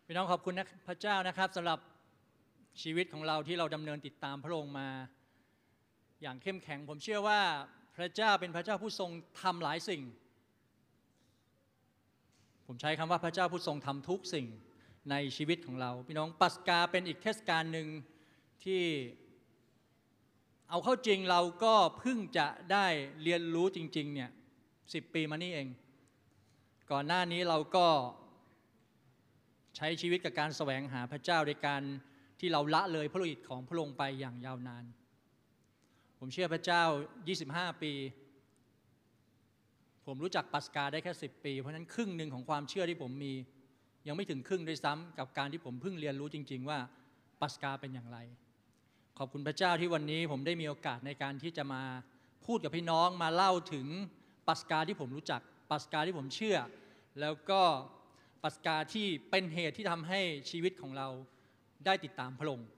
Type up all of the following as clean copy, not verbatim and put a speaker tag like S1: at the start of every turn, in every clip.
S1: พี่น้องขอบคุณนะพระเจ้านะครับสำหรับชีวิตของเราที่เราดำเนินติดตามพระองค์มาอย่างเข้มแข็งผมเชื่อว่าพระเจ้าเป็นพระเจ้าผู้ทรงทำหลายสิ่งผมใช้คำว่าพระเจ้าผู้ทรงทำทุกสิ่งในชีวิตของเราพี่น้องปัสกาเป็นอีกเทศกาลหนึ่งที่เอาเข้าจริงเราก็เพิ่งจะได้เรียนรู้จริงๆเนี่ย10 ปีมานี่เองก่อนหน้านี้เราก็ใช้ชีวิตกับการแสวงหาพระเจ้าโดยการที่เราละเลยพระโลหิตของพระองค์ไปอย่างยาวนานผมเชื่อพระเจ้า25 ปีผมรู้จักปัสกาได้แค่10 ปีเพราะนั้นครึ่งหนึ่งของความเชื่อที่ผมมียังไม่ถึงครึ่งด้วยซ้ำกับการที่ผมเพิ่งเรียนรู้จริงๆว่าปัสกาเป็นอย่างไรขอบคุณพระเจ้าที่วันนี้ผมได้มีโอกาสในการที่จะมาพูดกับพี่น้องมาเล่าถึงปัสกาที่ผมรู้จักปัสกาที่ผมเชื่อแล้วก็ปัสกาที่เป็นเหตุที่ทำให้ชีวิตของเราได้ติดตามพระองค์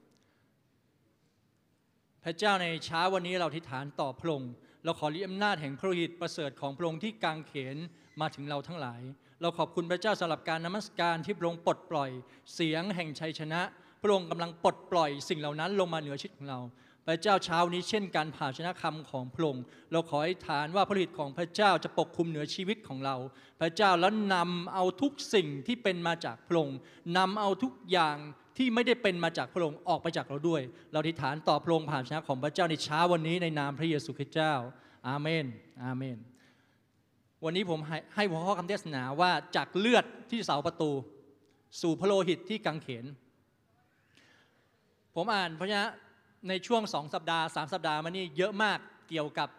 S1: พระเจ้าในเช้าวันนี้เราอธิษฐานต่อพระองค์เราขอฤทธิอำนาจแห่งพระโลหิตประเสริฐของพระองค์ที่กางเขนมาถึงเราทั้งหลายเราขอบคุณพระเจ้าสำหรับการนมัสการที่พระองค์ปลดปล่อยเสียงแห่งชัยชนะพระองค์กำลังปลดปล่อยสิ่งเหล่านั้นลงมาเหนือชีวิตของเราพระเจ้าเช้านี้เช่นการผ่าชนะคำของพระองค์เราขออธิษฐานว่าพระฤทธิ์ของพระเจ้าจะปกคลุมเหนือชีวิตของเราพระเจ้าแล้วนำเอาทุกสิ่งที่เป็นมาจากพระองค์นำเอาทุกอย่างที่ไม่ได้เป็นมาจากพระองค์ออกไปจากเราด้วยเราอธิษฐานต่อพระองค์ผ่านชนะของพระเจ้าในเช้าวันนี้ในนามพระเยซูคริสต์เจ้าอาเมนอาเมนวันนี้ผมให้หัวข้อคำเทศนาว่าจากเลือดที่เสาประตูสู่พระโลหิตที่กางเขนผมอ่านพระชนะในช่วง2 สัปดาห์3 สัปดาห์มานี่เยอะมากเกี่ยวกับ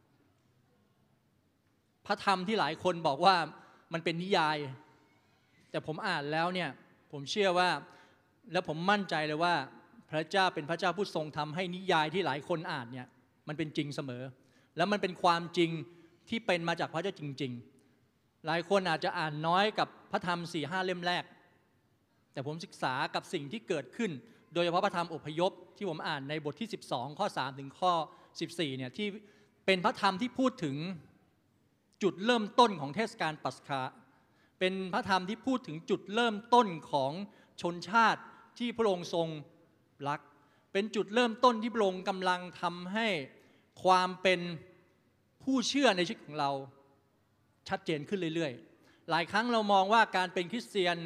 S1: พระธรรมที่หลายคนบอกว่ามันเป็นนิยายแต่ผมอ่านแล้วเนี่ยผมเชื่อว่าและผมมั่นใจเลยว่าพระเจ้าเป็นพระเจ้าผู้ทรงทำให้นิยายที่หลายคนอ่านเนี่ยมันเป็นจริงเสมอแล้วมันเป็นความจริงที่เป็นมาจากพระเจ้าจริงๆหลายคนอาจจะอ่านน้อยกับพระธรรม 4-5 เล่มแรกแต่ผมศึกษากับสิ่งที่เกิดขึ้นโดยเฉพาะพระธรรมอพยพที่ผมอ่านในบทที่12ข้อ3ถึงข้อ14เนี่ยที่เป็นพระธรรมที่พูดถึงจุดเริ่มต้นของเทศกาลปัสกาเป็นพระธรรมที่พูดถึงจุดเริ่มต้นของชนชาติที่พระองค์ทรงรักเป็นจุดเริ่มต้นที่พระองค์กำลังทำให้ความเป็นผู้เชื่อในชีวิตของเราชัดเจนขึ้นเรื่อยๆหลายครั้งเรามองว่าการเป็นคริสเตียน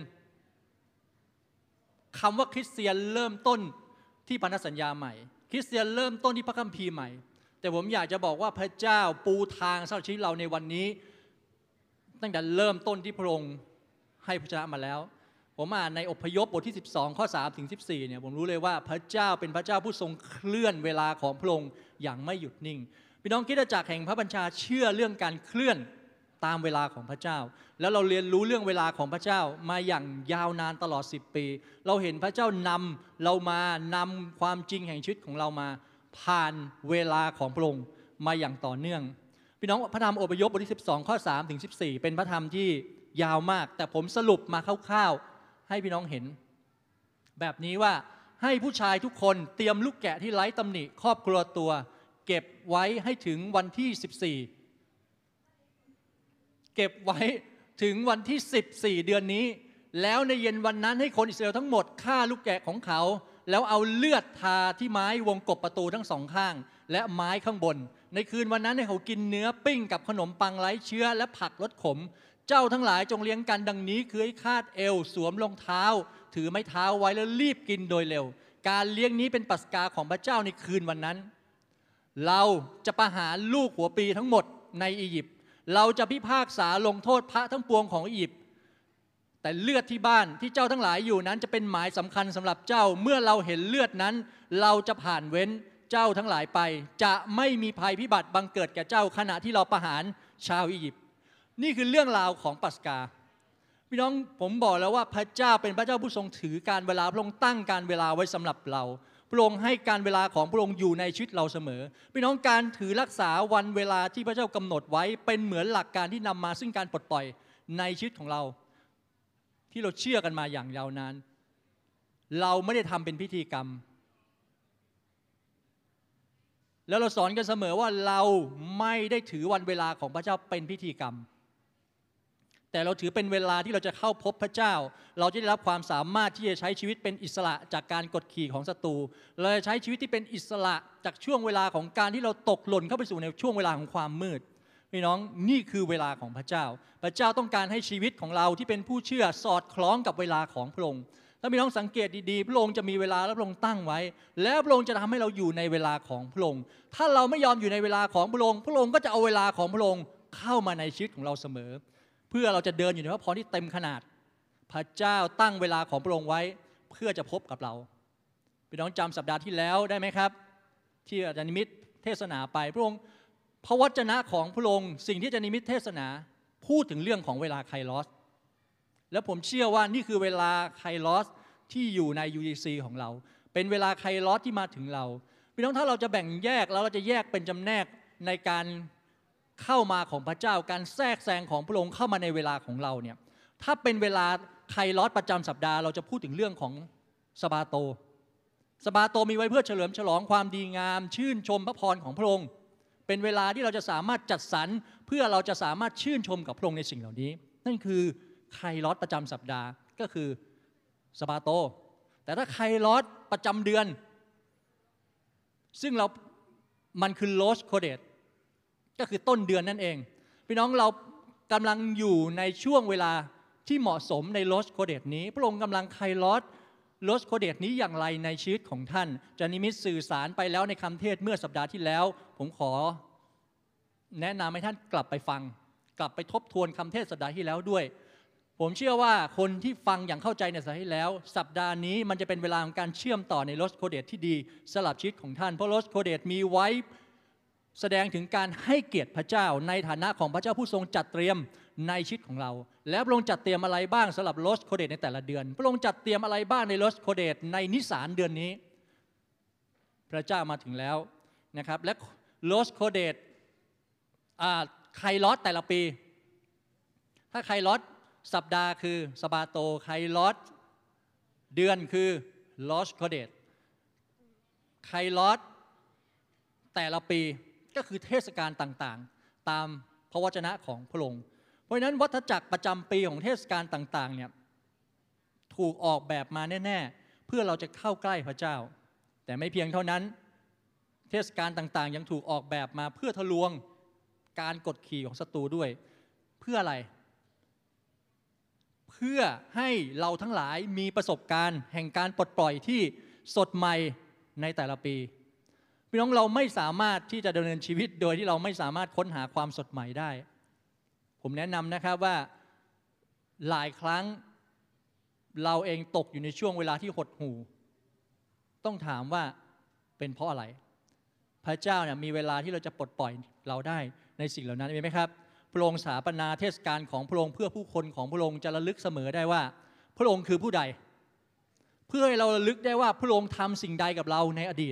S1: คำว่าคริสเตียนเริ่มต้นที่พันธสัญญาใหม่คริสเตียนเริ่มต้นที่พระคัมภีร์ใหม่แต่ผมอยากจะบอกว่าพระเจ้าปูทางสำหรับชีวิตเราในวันนี้ตั้งแต่เริ่มต้นที่พระองค์ให้พระชนะมาแล้วผมอ่านในอพยพบทที่12ข้อ3ถึง14เนี่ยผมรู้เลยว่าพระเจ้าเป็นพระเจ้าผู้ทรงเคลื่อนเวลาของพระองค์อย่างไม่หยุดนิ่งพี่น้องคริสตจักรแห่งพระบัญชาเชื่อเรื่องการเคลื่อนตามเวลาของพระเจ้าแล้วเราเรียนรู้เรื่องเวลาของพระเจ้ามาอย่างยาวนานตลอด10 ปีเราเห็นพระเจ้านำเรามานำความจริงแห่งชีวิตของเรามาผ่านเวลาของพระองค์มาอย่างต่อเนื่องพี่น้องพระธรรมอพยพบทที่12ข้อ3ถึง14เป็นพระธรรมที่ยาวมากแต่ผมสรุปมาคร่าวๆให้พี่น้องเห็นแบบนี้ว่าให้ผู้ชายทุกคนเตรียมลูกแกะที่ไร้ตำหนิครอบครัวตัวเก็บไว้ให้ถึงวันที่14เก็บไว้ถึงวันที่14เดือนนี้แล้วในเย็นวันนั้นให้คนอิสราเอลทั้งหมดฆ่าลูกแกะของเขาแล้วเอาเลือดทาที่ไม้วงกบประตูทั้ง2 ข้างและไม้ข้างบนในคืนวันนั้นให้เขากินเนื้อปิ้งกับขนมปังไร้เชื้อและผักรสขมเจ้าทั้งหลายจงเลี้ยงกันดังนี้คือให้คาดเอวสวมรองเท้าถือไม้เท้าไว้แล้วรีบกินโดยเร็วการเลี้ยงนี้เป็นปัสกาของพระเจ้าในคืนวันนั้นเราจะประหารลูกหัวปีทั้งหมดในอียิปต์เราจะพิพากษาลงโทษพระทั้งปวงของอียิปต์แต่เลือดที่บ้านที่เจ้าทั้งหลายอยู่นั้นจะเป็นหมายสำคัญสำหรับเจ้าเมื่อเราเห็นเลือดนั้นเราจะผ่านเว้นเจ้าทั้งหลายไปจะไม่มีภัยพิบัติบังเกิดแก่เจ้าขณะที่เราประหารชาวอียิปต์นี่คือเรื่องราวของปัสกาพี่น้องผมบอกแล้วว่าพระเจ้าเป็นพระเจ้าผู้ทรงถือการเวลาพระองค์ตั้งการเวลาไว้สำหรับเราพระองค์ให้การเวลาของพระองค์อยู่ในชีวิตเราเสมอพี่น้องการถือรักษาวันเวลาที่พระเจ้ากำหนดไว้เป็นเหมือนหลักการที่นำมาซึ่งการปลดปล่อยในชีวิตของเราที่เราเชื่อกันมาอย่างยาวนานเราไม่ได้ทำเป็นพิธีกรรมแล้วเราสอนกันเสมอว่าเราไม่ได้ถือวันเวลาของพระเจ้าเป็นพิธีกรรมแต่เราถือเป็นเวลาที่เราจะเข้าพบพระเจ้าเราจะได้รับความสามารถที่จะใช้ชีวิตเป็นอิสระจากการกดขี่ของศัตรูเราจะใช้ชีวิตที่เป็นอิสระจากช่วงเวลาของการที่เราตกหล่นเข้าไปสู่ในช่วงเวลาของความมืดพี่น้องนี่คือเวลาของพระเจ้าพระเจ้าต้องการให้ชีวิตของเราที่เป็นผู้เชื่อสอดคล้องกับเวลาของพระองค์ถ้าพี่น้องสังเกตดีๆพระองค์จะมีเวลาและพระองค์ตั้งไว้แล้วพระองค์จะทำให้เราอยู่ในเวลาของพระองค์ถ้าเราไม่ยอมอยู่ในเวลาของพระองค์พระองค์ก็จะเอาเวลาของพระองค์เข้ามาในชีวิตของเราเสมอเพื่อเราจะเดินอยู่ในพระพรที่เต็มขนาดพระเจ้าตั้งเวลาของพระองค์ไว้เพื่อจะพบกับเราพี่น้องจำสัปดาห์ที่แล้วได้ไหมครับที่อาจารย์นิมิตเทศนาไปพระองค์พระวจนะของพระองค์สิ่งที่อาจารย์นิมิตเทศนาพูดถึงเรื่องของเวลาไคลอสแล้วผมเชื่อว่านี่คือเวลาไคลอสที่อยู่ใน UDC ของเราเป็นเวลาไคลอสที่มาถึงเราพี่น้องถ้าเราจะแบ่งแยกแล้วเราจะแยกเป็นจำแนกในการเข้ามาของพระเจ้าการแทรกแซงของพระองค์เข้ามาในเวลาของเราเนี่ยถ้าเป็นเวลาไคลอสประจำสัปดาห์เราจะพูดถึงเรื่องของสบาโตมีไว้เพื่อเฉลิมฉลองความดีงามชื่นชมพระพรของพระองค์เป็นเวลาที่เราจะสามารถจัดสรรเพื่อเราจะสามารถชื่นชมกับพระองค์ในสิ่งเหล่านี้นั่นคือไคลอสประจำสัปดาห์ก็คือสบาโตแต่ถ้าไคลอสประจำเดือนซึ่งมันคือโลสโคเดตก็คือต้นเดือนนั่นเองพี่น้องเรากำลังอยู่ในช่วงเวลาที่เหมาะสมในโลสโคเดตนี้พระองค์กำลังไคลอสโลสโคเดตนี้อย่างไรในชีวิตของท่านจะนิมิตสื่อสารไปแล้วในคำเทศเมื่อสัปดาห์ที่แล้วผมขอแนะนำให้ท่านกลับไปฟังกลับไปทบทวนคำเทศสัปดาห์ที่แล้วด้วยผมเชื่อว่าคนที่ฟังอย่างเข้าใจในสัปดาห์ที่แล้วสัปดาห์นี้มันจะเป็นเวลาของการเชื่อมต่อในโลสโคเดตที่ดีสำหรับชีวิตของท่านเพราะโลสโคเดตมีไว้แสดงถึงการให้เกียรติพระเจ้าในฐานะของพระเจ้าผู้ทรงจัดเตรียมในชีวิตของเราแล้วพระองค์จัดเตรียมอะไรบ้างสำหรับโลสโคเดตในแต่ละเดือนพระองค์จัดเตรียมอะไรบ้างในโลสโคเดตในนิสานเดือนนี้พระเจ้ามาถึงแล้วนะครับและโลสโคเดตไคลอสแต่ละปีถ้าไคลอสสัปดาห์คือสบาโตไคลอสเดือนคือโลสโคเดตไคลอสแต่ละปีก็คือเทศกาลต่างๆตามพระวจนะของพระองค์เพราะฉะนั้นวัฏจักรประจำปีของเทศกาลต่างๆเนี่ยถูกออกแบบมาแน่ๆเพื่อเราจะเข้าใกล้พระเจ้าแต่ไม่เพียงเท่านั้นเทศกาลต่างๆยังถูกออกแบบมาเพื่อทะลวงการกดขี่ของศัตรูด้วยเพื่ออะไรเพื่อให้เราทั้งหลายมีประสบการณ์แห่งการปลดปล่อยที่สดใหม่ในแต่ละปีพี่น้องเราไม่สามารถที่จะดำเนินชีวิตโดยที่เราไม่สามารถค้นหาความสดใหม่ได้ผมแนะนำนะครับว่าหลายครั้งเราเองตกอยู่ในช่วงเวลาที่หดหู่ต้องถามว่าเป็นเพราะอะไรพระเจ้าเนี่ยมีเวลาที่เราจะปลดปล่อยเราได้ในสิ่งเหล่านั้นมีไหมครับพระองค์สถาปนาเทศกาลของพระองค์เพื่อผู้คนของพระองค์จะระลึกเสมอได้ว่าพระองค์คือผู้ใดเพื่อให้เราระลึกได้ว่าพระองค์ทำสิ่งใดกับเราในอดีต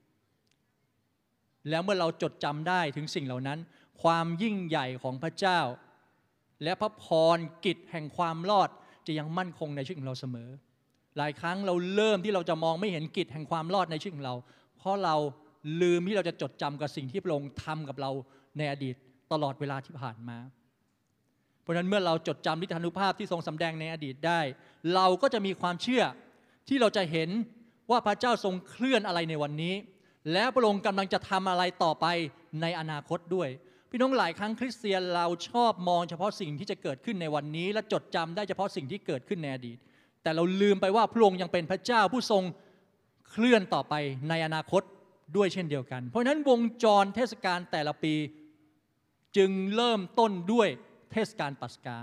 S1: แล้วเมื่อเราจดจำได้ถึงสิ่งเหล่านั้นความยิ่งใหญ่ของพระเจ้าและพระพรกิจแห่งความรอดจะยังมั่นคงในชีวิตของเราเสมอหลายครั้งเราเริ่มที่เราจะมองไม่เห็นกิจแห่งความรอดในชีวิตของเราเพราะเราลืมที่เราจะจดจำกับสิ่งที่พระองค์ทำกับเราในอดีตตลอดเวลาที่ผ่านมาเพราะฉะนั้นเมื่อเราจดจำฤทธานุภาพที่ทรงสำแดงในอดีตได้เราก็จะมีความเชื่อที่เราจะเห็นว่าพระเจ้าทรงเคลื่อนอะไรในวันนี้และพระองค์กำลังจะทำอะไรต่อไปในอนาคตด้วยพี่น้องหลายครั้งคริสเตียนเราชอบมองเฉพาะสิ่งที่จะเกิดขึ้นในวันนี้และจดจำได้เฉพาะสิ่งที่เกิดขึ้นในอดีตแต่เราลืมไปว่าพระองค์ยังเป็นพระเจ้าผู้ทรงเคลื่อนต่อไปในอนาคตด้วยเช่นเดียวกันเพราะฉะนั้นวงจรเทศกาลแต่ละปีจึงเริ่มต้นด้วยเทศกาลปัสกา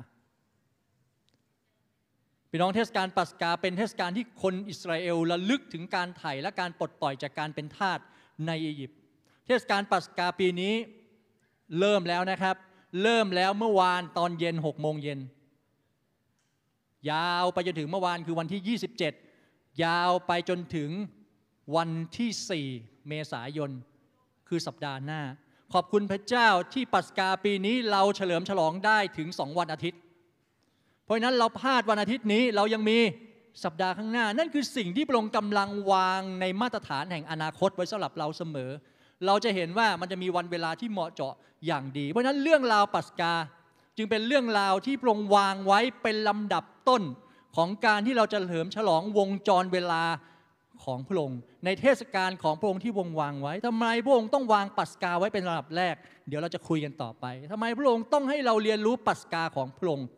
S1: พี่น้องเทศกาลปัสกาเป็นเทศกาลที่คนอิสราเอลระลึกถึงการไถ่และการปลดปล่อยจากการเป็นทาสในอียิปต์เทศกาลปัสกาปีนี้เริ่มแล้วนะครับเริ่มแล้วเมื่อวานตอนเย็น6 โมงเย็นยาวไปจนถึงเมื่อวานคือวันที่27ยาวไปจนถึงวันที่4 เมษายนคือสัปดาห์หน้าขอบคุณพระเจ้าที่ปัสกาปีนี้เราเฉลิมฉลองได้ถึง2 วันอาทิตย์เพราะฉะนั้นเราพลาดวันอาทิตย์นี้เรายังมีสัปดาห์ข้างหน้านั่นคือสิ่งที่พระองค์กำลังวางในมาตรฐานแห่งอนาคตไว้สำหรับเราเสมอเราจะเห็นว่ามันจะมีวันเวลาที่เหมาะเจาะอย่างดีเพราะฉะนั้นเรื่องราวปัสกาจึงเป็นเรื่องราวที่พระองค์วางไว้เป็นลำดับต้นของการที่เราจะเฉลิมฉลองวงจรเวลาของพระองค์ในเทศกาลของพระองค์ที่วางไว้ทำไมพระองค์ต้องวางปัสกาไว้เป็นลำดับแรกเดี๋ยวเราจะคุยกันต่อไปทำไมพระองค์ต้องให้เราเรียนรู้ปัสกาของพระองค์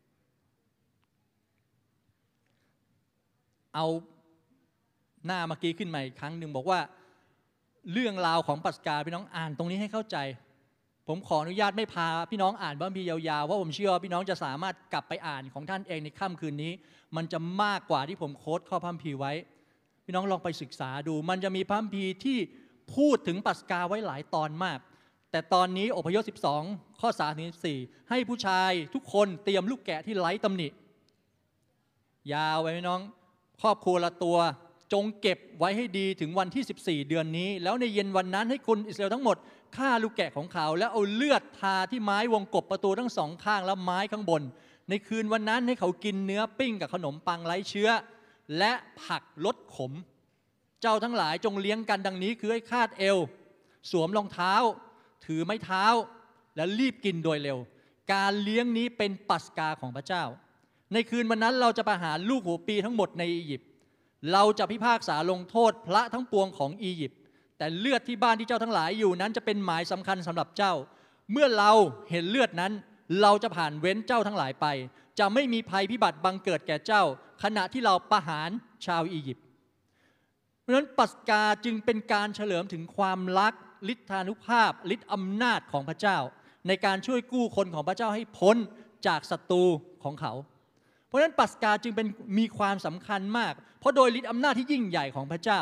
S1: เอาหน้าเมื่อกี้ขึ้นมาอีกครั้งหนึ่งบอกว่าเรื่องราวของปัสกาพี่น้องอ่านตรงนี้ให้เข้าใจผมขออนุญาตไม่พาพี่น้องอ่านพระคัมภีร์ยาวๆเพราะผมเชื่อว่าพี่น้องจะสามารถกลับไปอ่านของท่านเองในค่ำคืนนี้มันจะมากกว่าที่ผมโค้ดข้อพระคัมภีร์ไว้พี่น้องลองไปศึกษาดูมันจะมีพระคัมภีร์ที่พูดถึงปัสกาไว้หลายตอนมากแต่ตอนนี้อพยพ12ข้อ3-4ให้ผู้ชายทุกคนเตรียมลูกแกะที่ไร้ตำหนิยาวไปพี่น้องครอบครัวละตัวจงเก็บไว้ให้ดีถึงวันที่14เดือนนี้แล้วในเย็นวันนั้นให้คนอิสราเอลทั้งหมดฆ่าลูกแกะของเขาแล้วเอาเลือดทาที่ไม้วงกบประตูทั้งสองข้างและไม้ข้างบนในคืนวันนั้นให้เขากินเนื้อปิ้งกับขนมปังไร้เชื้อและผักลดขมเจ้าทั้งหลายจงเลี้ยงกันดังนี้คือให้คาดเอวสวมรองเท้าถือไม้เท้าและรีบกินโดยเร็วการเลี้ยงนี้เป็นปัสกาของพระเจ้าในคืนวันนั้นเราจะประหารลูกหัวปีทั้งหมดในอียิปต์เราจะพิพากษาลงโทษพระทั้งปวงของอียิปต์แต่เลือดที่บ้านที่เจ้าทั้งหลายอยู่นั้นจะเป็นหมายสำคัญสำหรับเจ้าเมื่อเราเห็นเลือดนั้นเราจะผ่านเว้นเจ้าทั้งหลายไปจะไม่มีภัยพิบัติบังเกิดแก่เจ้าขณะที่เราประหารชาวอียิปต์เพราะฉะนั้นปัสกาจึงเป็นการเฉลิมถึงความรักฤทธานุภาพฤทธิอำนาจของพระเจ้าในการช่วยกู้คนของพระเจ้าให้พ้นจากศัตรูของเขาเพราะฉะนั้นปัสกาจึงมีความสำคัญมากเพราะโดยฤทธิอำนาจที่ยิ่งใหญ่ของพระเจ้า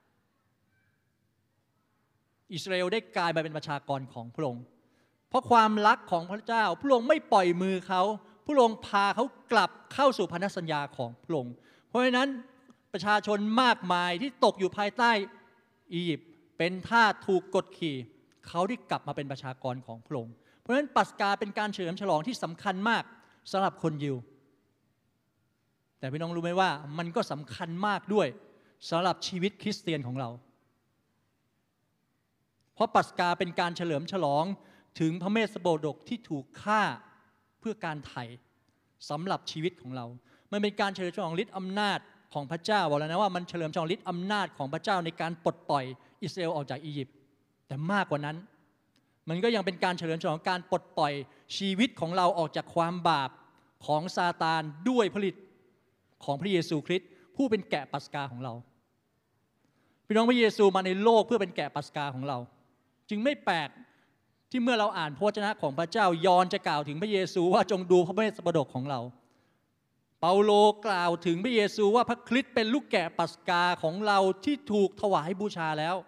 S1: อิสราเอลได้กลายมาเป็นประชากรของพระองค์เพราะความรักของพระเจ้าพระองค์ไม่ปล่อยมือเขาพระองค์พาเขากลับเข้าสู่พันธสัญญาของพระองค์เพราะฉะนั้นประชาชนมากมายที่ตกอยู่ภายใต้อียิปต์เป็นทาสถูกกดขี่เขาได้กลับมาเป็นประชากรของพระองค์เพราะฉะนั้นปัสกาเป็นการเฉลิมฉลองที่สำคัญมากสำหรับคนยิวแต่พี่น้องรู้ไหมว่ามันก็สำคัญมากด้วยสำหรับชีวิตคริสเตียนของเราเพราะปัสกาเป็นการเฉลิมฉลองถึงพระเมสสโบดกที่ถูกฆ่าเพื่อการไถ่สำหรับชีวิตของเรามันเป็นการเฉลิมฉลองฤทธิ์อำนาจของพระเจ้าบอกแล้วนะว่ามันเฉลิมฉลองฤทธิ์อำนาจของพระเจ้าในการปลดปล่อยอิสราเอลออกจากอียิปต์แต่มากกว่านั้นมันก็ยังเป็นการเฉลิมฉลองการปลดปล่อยชีวิตของเราออกจากความบาปของซาตานด้วยผลิตของพระเยซูคริสต์ผู้เป็นแกะปัสกาของเราพี่น้องพระเยซูมาในโลกเพื่อเป็นแกะปัสกาของเราจึงไม่แปลกที่เมื่อเราอ่านพระวจนะของพระเจ้ายอห์นจะกล่าวถึงพระเยซูว่าจงดูพระเมสสโบดกของเราเปาโลกล่าวถึงพระเยซูว่าพระคริสต์เป็นลูกแกะปัสกาของเราที่ถูกถวายบูชาแล้ว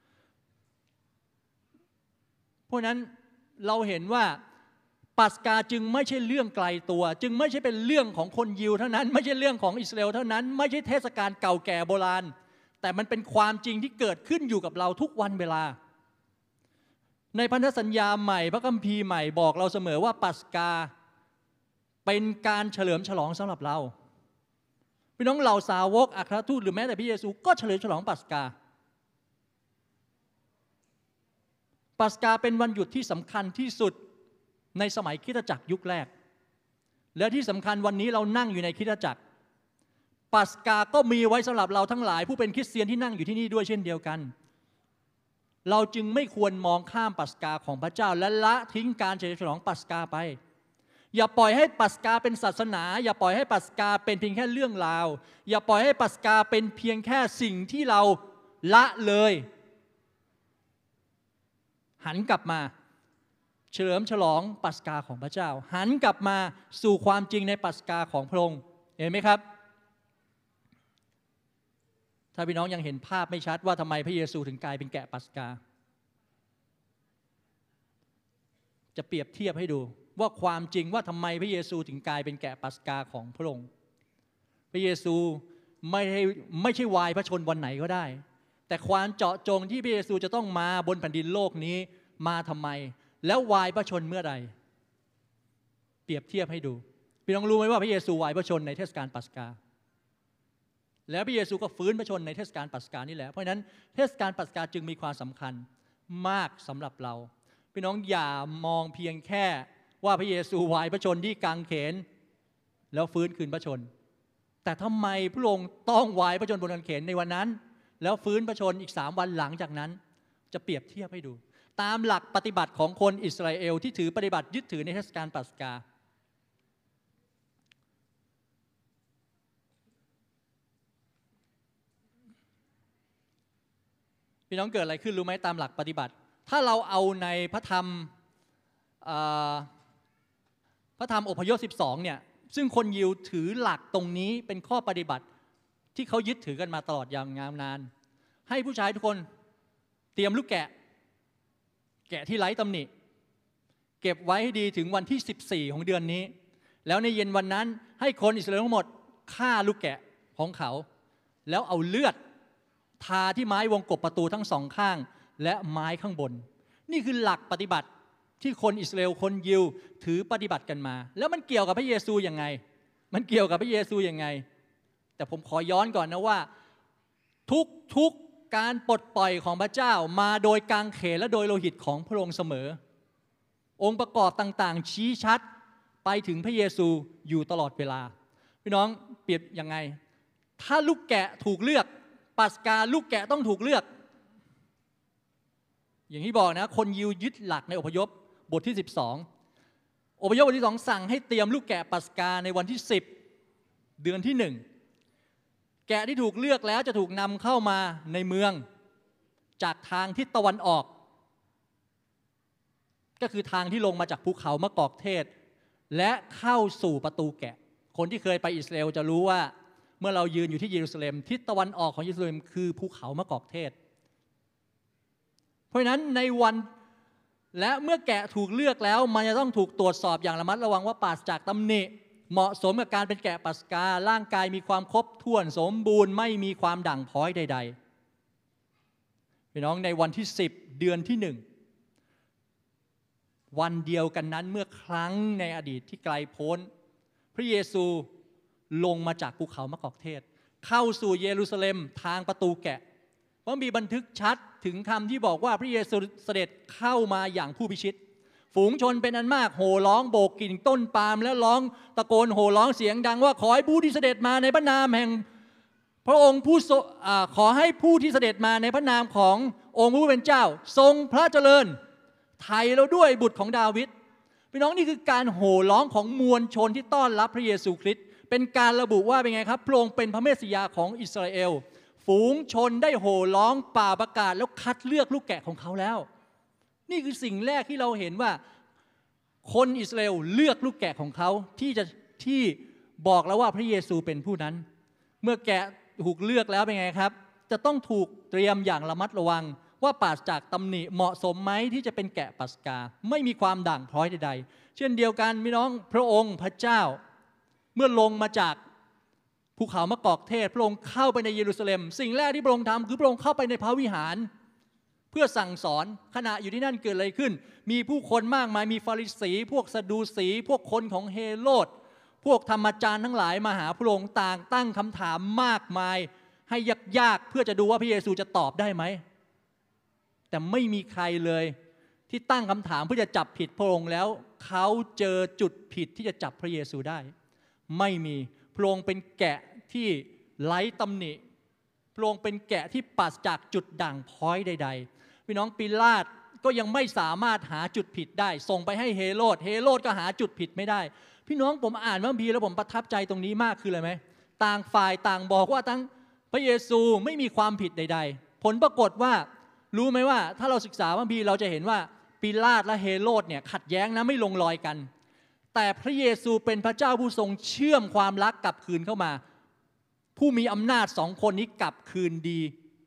S1: เพราะนั้นเราเห็นว่าปัสกาจึงไม่ใช่เรื่องไกลตัวจึงไม่ใช่เป็นเรื่องของคนยิวเท่านั้นไม่ใช่เรื่องของอิสราเอลเท่านั้นไม่ใช่เทศกาลเก่าแก่โบราณแต่มันเป็นความจริงที่เกิดขึ้นอยู่กับเราทุกวันเวลาในพันธสัญญาใหม่พระคัมภีร์ใหม่บอกเราเสมอว่าปัสกาเป็นการเฉลิมฉลองสำหรับเราพี่น้องเหล่าสาวกอัครทูตหรือแม้แต่พระเยซูก็เฉลิมฉลองปัสกาปัสกาเป็นวันหยุดที่สำคัญที่สุดในสมัยคริสตจักรยุคแรกและที่สำคัญวันนี้เรานั่งอยู่ในคริสตจักรปัสกาก็มีไว้สำหรับเราทั้งหลายผู้เป็นคริสเตียนที่นั่งอยู่ที่นี่ด้วยเช่นเดียวกันเราจึงไม่ควรมองข้ามปัสกาของพระเจ้าและละทิ้งการเฉลิมฉลองปัสกาไปอย่าปล่อยให้ปัสกาเป็นศาสนาอย่าปล่อยให้ปัสกาเป็นเพียงแค่เรื่องราวอย่าปล่อยให้ปัสกาเป็นเพียงแค่สิ่งที่เราละเลยหันกลับมาเฉลิมฉลองปัสกาของพระเจ้าหันกลับมาสู่ความจริงในปัสกาของพระองค์เห็นไหมครับถ้าพี่น้องยังเห็นภาพไม่ชัดว่าทำไมพระเยซูถึงกลายเป็นแกะปัสกาจะเปรียบเทียบให้ดูว่าความจริงว่าทำไมพระเยซูถึงกลายเป็นแกะปัสกาของพระองค์พระเยซูไม่ใช่วายพระชนวันไหนก็ได้แต่ความเจาะจงที่พระเยซูจะต้องมาบนแผ่นดินโลกนี้มาทำไมแล้ววายพระชนเมื่อใดเปรียบเทียบให้ดูพี่น้องรู้ไหมว่าพระเยซูวายพระชนในเทศกาลปัสกาแล้วพระเยซูก็ฟื้นพระชนในเทศกาลปัสกานี่แหละเพราะฉะนั้นเทศกาลปัสกาจึงมีความสำคัญมากสำหรับเราพี่น้องอย่ามองเพียงแค่ว่าพระเยซูวายพระชนที่กางเขนแล้วฟื้นคืนพระชนแต่ทำไมพระองค์ต้องวายพระชนบนกางเขนในวันนั้นแล้วฟื้นพระชนอีก3 วันหลังจากนั้นจะเปรียบเทียบให้ดูตามหลักปฏิบัติของคนอิสราเอลที่ถือปฏิบัติยึดถือในเทศกาลปัสกาพี่น้องเกิดอะไรขึ้นรู้ไหมตามหลักปฏิบัติถ้าเราเอาในพระธรรมอพยพ12เนี่ยซึ่งคนยิวถือหลักตรงนี้เป็นข้อปฏิบัติที่เขายึดถือกันมาตลอดอย่างยาวนานให้ผู้ชายทุกคนเตรียมลูกแกะที่ไร้ตำหนิเก็บไว้ให้ดีถึงวันที่14ของเดือนนี้แล้วในเย็นวันนั้นให้คนอิสราเอลทั้งหมดฆ่าลูกแกะของเขาแล้วเอาเลือดทาที่ไม้วงกบประตูทั้ง2 ข้างและไม้ข้างบนนี่คือหลักปฏิบัติที่คนอิสราเอลคนยิวถือปฏิบัติกันมาแล้วมันเกี่ยวกับพระเยซูยังไงแต่ผมขอย้อนก่อนนะว่าทุกการปลดปล่อยของพระเจ้ามาโดยกางเขนและโดยโลหิตของพระองค์เสมอองค์ประกอบต่างๆชี้ชัดไปถึงพระเยซูอยู่ตลอดเวลาพี่น้องเปรียบยังไงถ้าลูกแกะถูกเลือกปัสกาลูกแกะต้องถูกเลือกอย่างที่บอกนะคนยิวยึดหลักในอพยพบทที่12อพยพบทที่2สั่งให้เตรียมลูกแกะปัสกาในวันที่10เดือนที่1แกะที่ถูกเลือกแล้วจะถูกนำเข้ามาในเมืองจากทางทิศตะวันออกก็คือทางที่ลงมาจากภูเขามะกอกเทศและเข้าสู่ประตูแกะคนที่เคยไปอิสราเอลจะรู้ว่าเมื่อเรายืนอยู่ที่เยรูซาเล็มทิศตะวันออกของเยรูซาเล็มคือภูเขามะกอกเทศเพราะฉะนั้นในวันและเมื่อแกะถูกเลือกแล้วมันจะต้องถูกตรวจสอบอย่างระมัดระวังว่าปราศจากตำหนิเหมาะสมกับการเป็นแกะปัสการ่างกายมีความครบถ้วนสมบูรณ์ไม่มีความด่างพร้อยใดๆพี่น้องในวันที่10เดือนที่1วันเดียวกันนั้นเมื่อครั้งในอดีตที่ไกลโพ้นพระเยซูลงมาจากภูเขามะกอกเทศเข้าสู่เยรูซาเล็มทางประตูแกะเพราะมีบันทึกชัดถึงคำที่บอกว่าพระเยซูเสด็จเข้ามาอย่างผู้พิชิตฝูงชนเป็นอันมากโห่ร้องโบกกิ่งต้นปาล์มและร้องตะโกนโห่ร้องเสียงดังว่าขอให้ผู้ที่เสด็จมาในพระนามแห่งพระองค์ขอให้ผู้ที่เสด็จมาในพระนามขององค์ผู้เป็นเจ้าทรงพระเจริญไถ่เราด้วยบุตรของดาวิดพี่น้องนี่คือการโห่ร้องของมวลชนที่ต้อนรับพระเยซูคริสต์เป็นการระบุว่าเป็นไงครับพระองค์เป็นพระเมสสิยาของอิสราเอลฝูงชนได้โห่ร้องป่าประกาศแล้วคัดเลือกลูกแกะของเขาแล้วนี่คือสิ่งแรกที่เราเห็นว่าคนอิสราเอลเลือกลูกแกะของเขาที่บอกแล้วว่าพระเยซูเป็นผู้นั้นเมื่อแกะถูกเลือกแล้วเป็นไงครับจะต้องถูกเตรียมอย่างระมัดระวังว่าปราศจากตำหนิเหมาะสมไหมที่จะเป็นแกะปัสกาไม่มีความด่างพร้อยใดๆเช่นเดียวกันพี่น้องพระองค์พระเจ้าเมื่อลงมาจากภูเขามะกอกเทศพระองค์เข้าไปในเยรูซาเล็มสิ่งแรกที่พระองค์ทำคือพระองค์เข้าไปในพระวิหารเพื่อสั่งสอนขณะอยู่ที่นั่นเกิดอะไรขึ้นมีผู้คนมากมายมีฟาริสีพวกซาดูสีพวกคนของเฮโรดพวกธรรมจารย์ทั้งหลายมาหาพระองค์ต่างตั้งคำถามมากมายให้ยากๆเพื่อจะดูว่าพระเยซูจะตอบได้ไหมแต่ไม่มีใครเลยที่ตั้งคำถามเพื่อจะจับผิดพระองค์แล้วเขาเจอจุดผิดที่จะจับพระเยซูได้ไม่มีพระองค์เป็นแกะที่ไร้ตำหนิพระองค์เป็นแกะที่ปราศจากจุดด่างพร้อยใดๆพี่น้องปิลาตก็ยังไม่สามารถหาจุดผิดได้ส่งไปให้เฮโรดก็หาจุดผิดไม่ได้พี่น้องผมอ่านพระคัมภีร์แล้วผมประทับใจตรงนี้มากคืออะไรไหมต่างฝ่ายต่างบอกว่าทั้งพระเยซูไม่มีความผิดใดๆผลปรากฏว่ารู้ไหมว่าถ้าเราศึกษาพระคัมภีร์เราจะเห็นว่าปิลาตและเฮโรดเนี่ยขัดแย้งนะไม่ลงรอยกันแต่พระเยซูเป็นพระเจ้าผู้ทรงเชื่อมความรักกลับคืนเข้ามาผู้มีอำนาจ2 คนนี้กลับคืนดี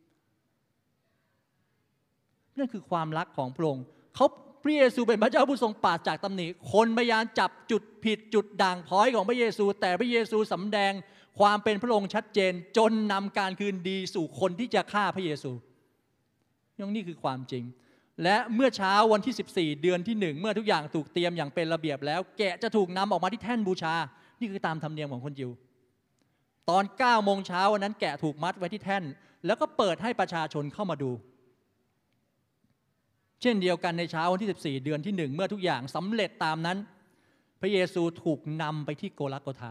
S1: นั่นคือความรักของพระองค์พระเยซูเป็นพระเจ้าผู้ทรงปราศจากตำหนิคนพยายามจับจุดผิดจุดด่างพร้อยของพระเยซูแต่พระเยซูสำแดงความเป็นพระองค์ชัดเจนจนนำการคืนดีสู่คนที่จะฆ่าพระเยซูนี่คือความจริงและเมื่อเช้าวันที่14เดือนที่1เมื่อทุกอย่างถูกเตรียมอย่างเป็นระเบียบแล้วแกะจะถูกนำออกมาที่แท่นบูชานี่คือตามธรรมเนียมของคนยิวตอน9 โมงเช้าวันนั้นแกะถูกมัดไว้ที่แท่นแล้วก็เปิดให้ประชาชนเข้ามาดูเช่นเดียวกันในเช้าวันที่14เดือนที่1เมื่อทุกอย่างสำเร็จตามนั้นระเยซูถูกนำไปที่โกลโกธา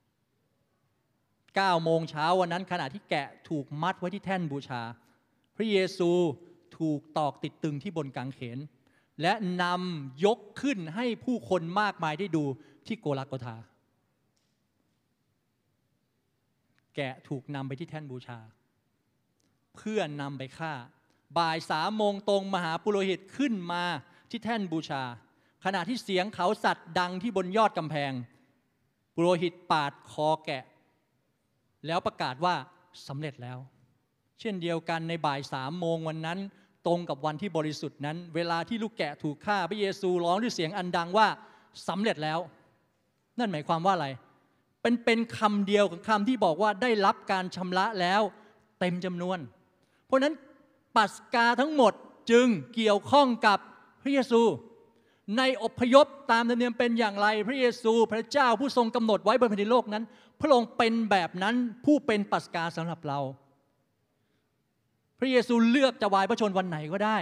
S1: 9 โมงเช้าวันนั้นขณะที่แกะถูกมัดไว้ที่แท่นบูชาพระเยซูถูกตอกติดตึงที่บนกางเขนและนำยกขึ้นให้ผู้คนมากมายได้ดูที่โกลโกธาแกะถูกนำไปที่แท่นบูชาเพื่อนำไปฆ่าบ่าย 3 โมงตรงมหาปุโรหิตขึ้นมาที่แท่นบูชาขณะที่เสียงเขาสัตว์ดังที่บนยอดกำแพงปุโรหิตปาดคอแกะแล้วประกาศว่าสำเร็จแล้วเช่นเดียวกันในบ่าย 3 โมงวันนั้นตรงกับวันที่บริสุทธิ์นั้นเวลาที่ลูกแกะถูกฆ่าพระเยซูร้องด้วยเสียงอันดังว่าสำเร็จแล้วนั่นหมายความว่าอะไรเป็นคำเดียวกับคำที่บอกว่าได้รับการชำระแล้วเต็มจำนวนเพราะนั้นปัสกาทั้งหมดจึงเกี่ยวข้องกับพระเยซูในอพยพตามธรรมเนียมเป็นอย่างไรพระเยซูพระเจ้าผู้ทรงกำหนดไว้บนแผ่นดินโลกนั้นพระองค์เป็นแบบนั้นผู้เป็นปัสกาสำหรับเราพระเยซูเลือกจะวายพระชนวันไหนก็ได้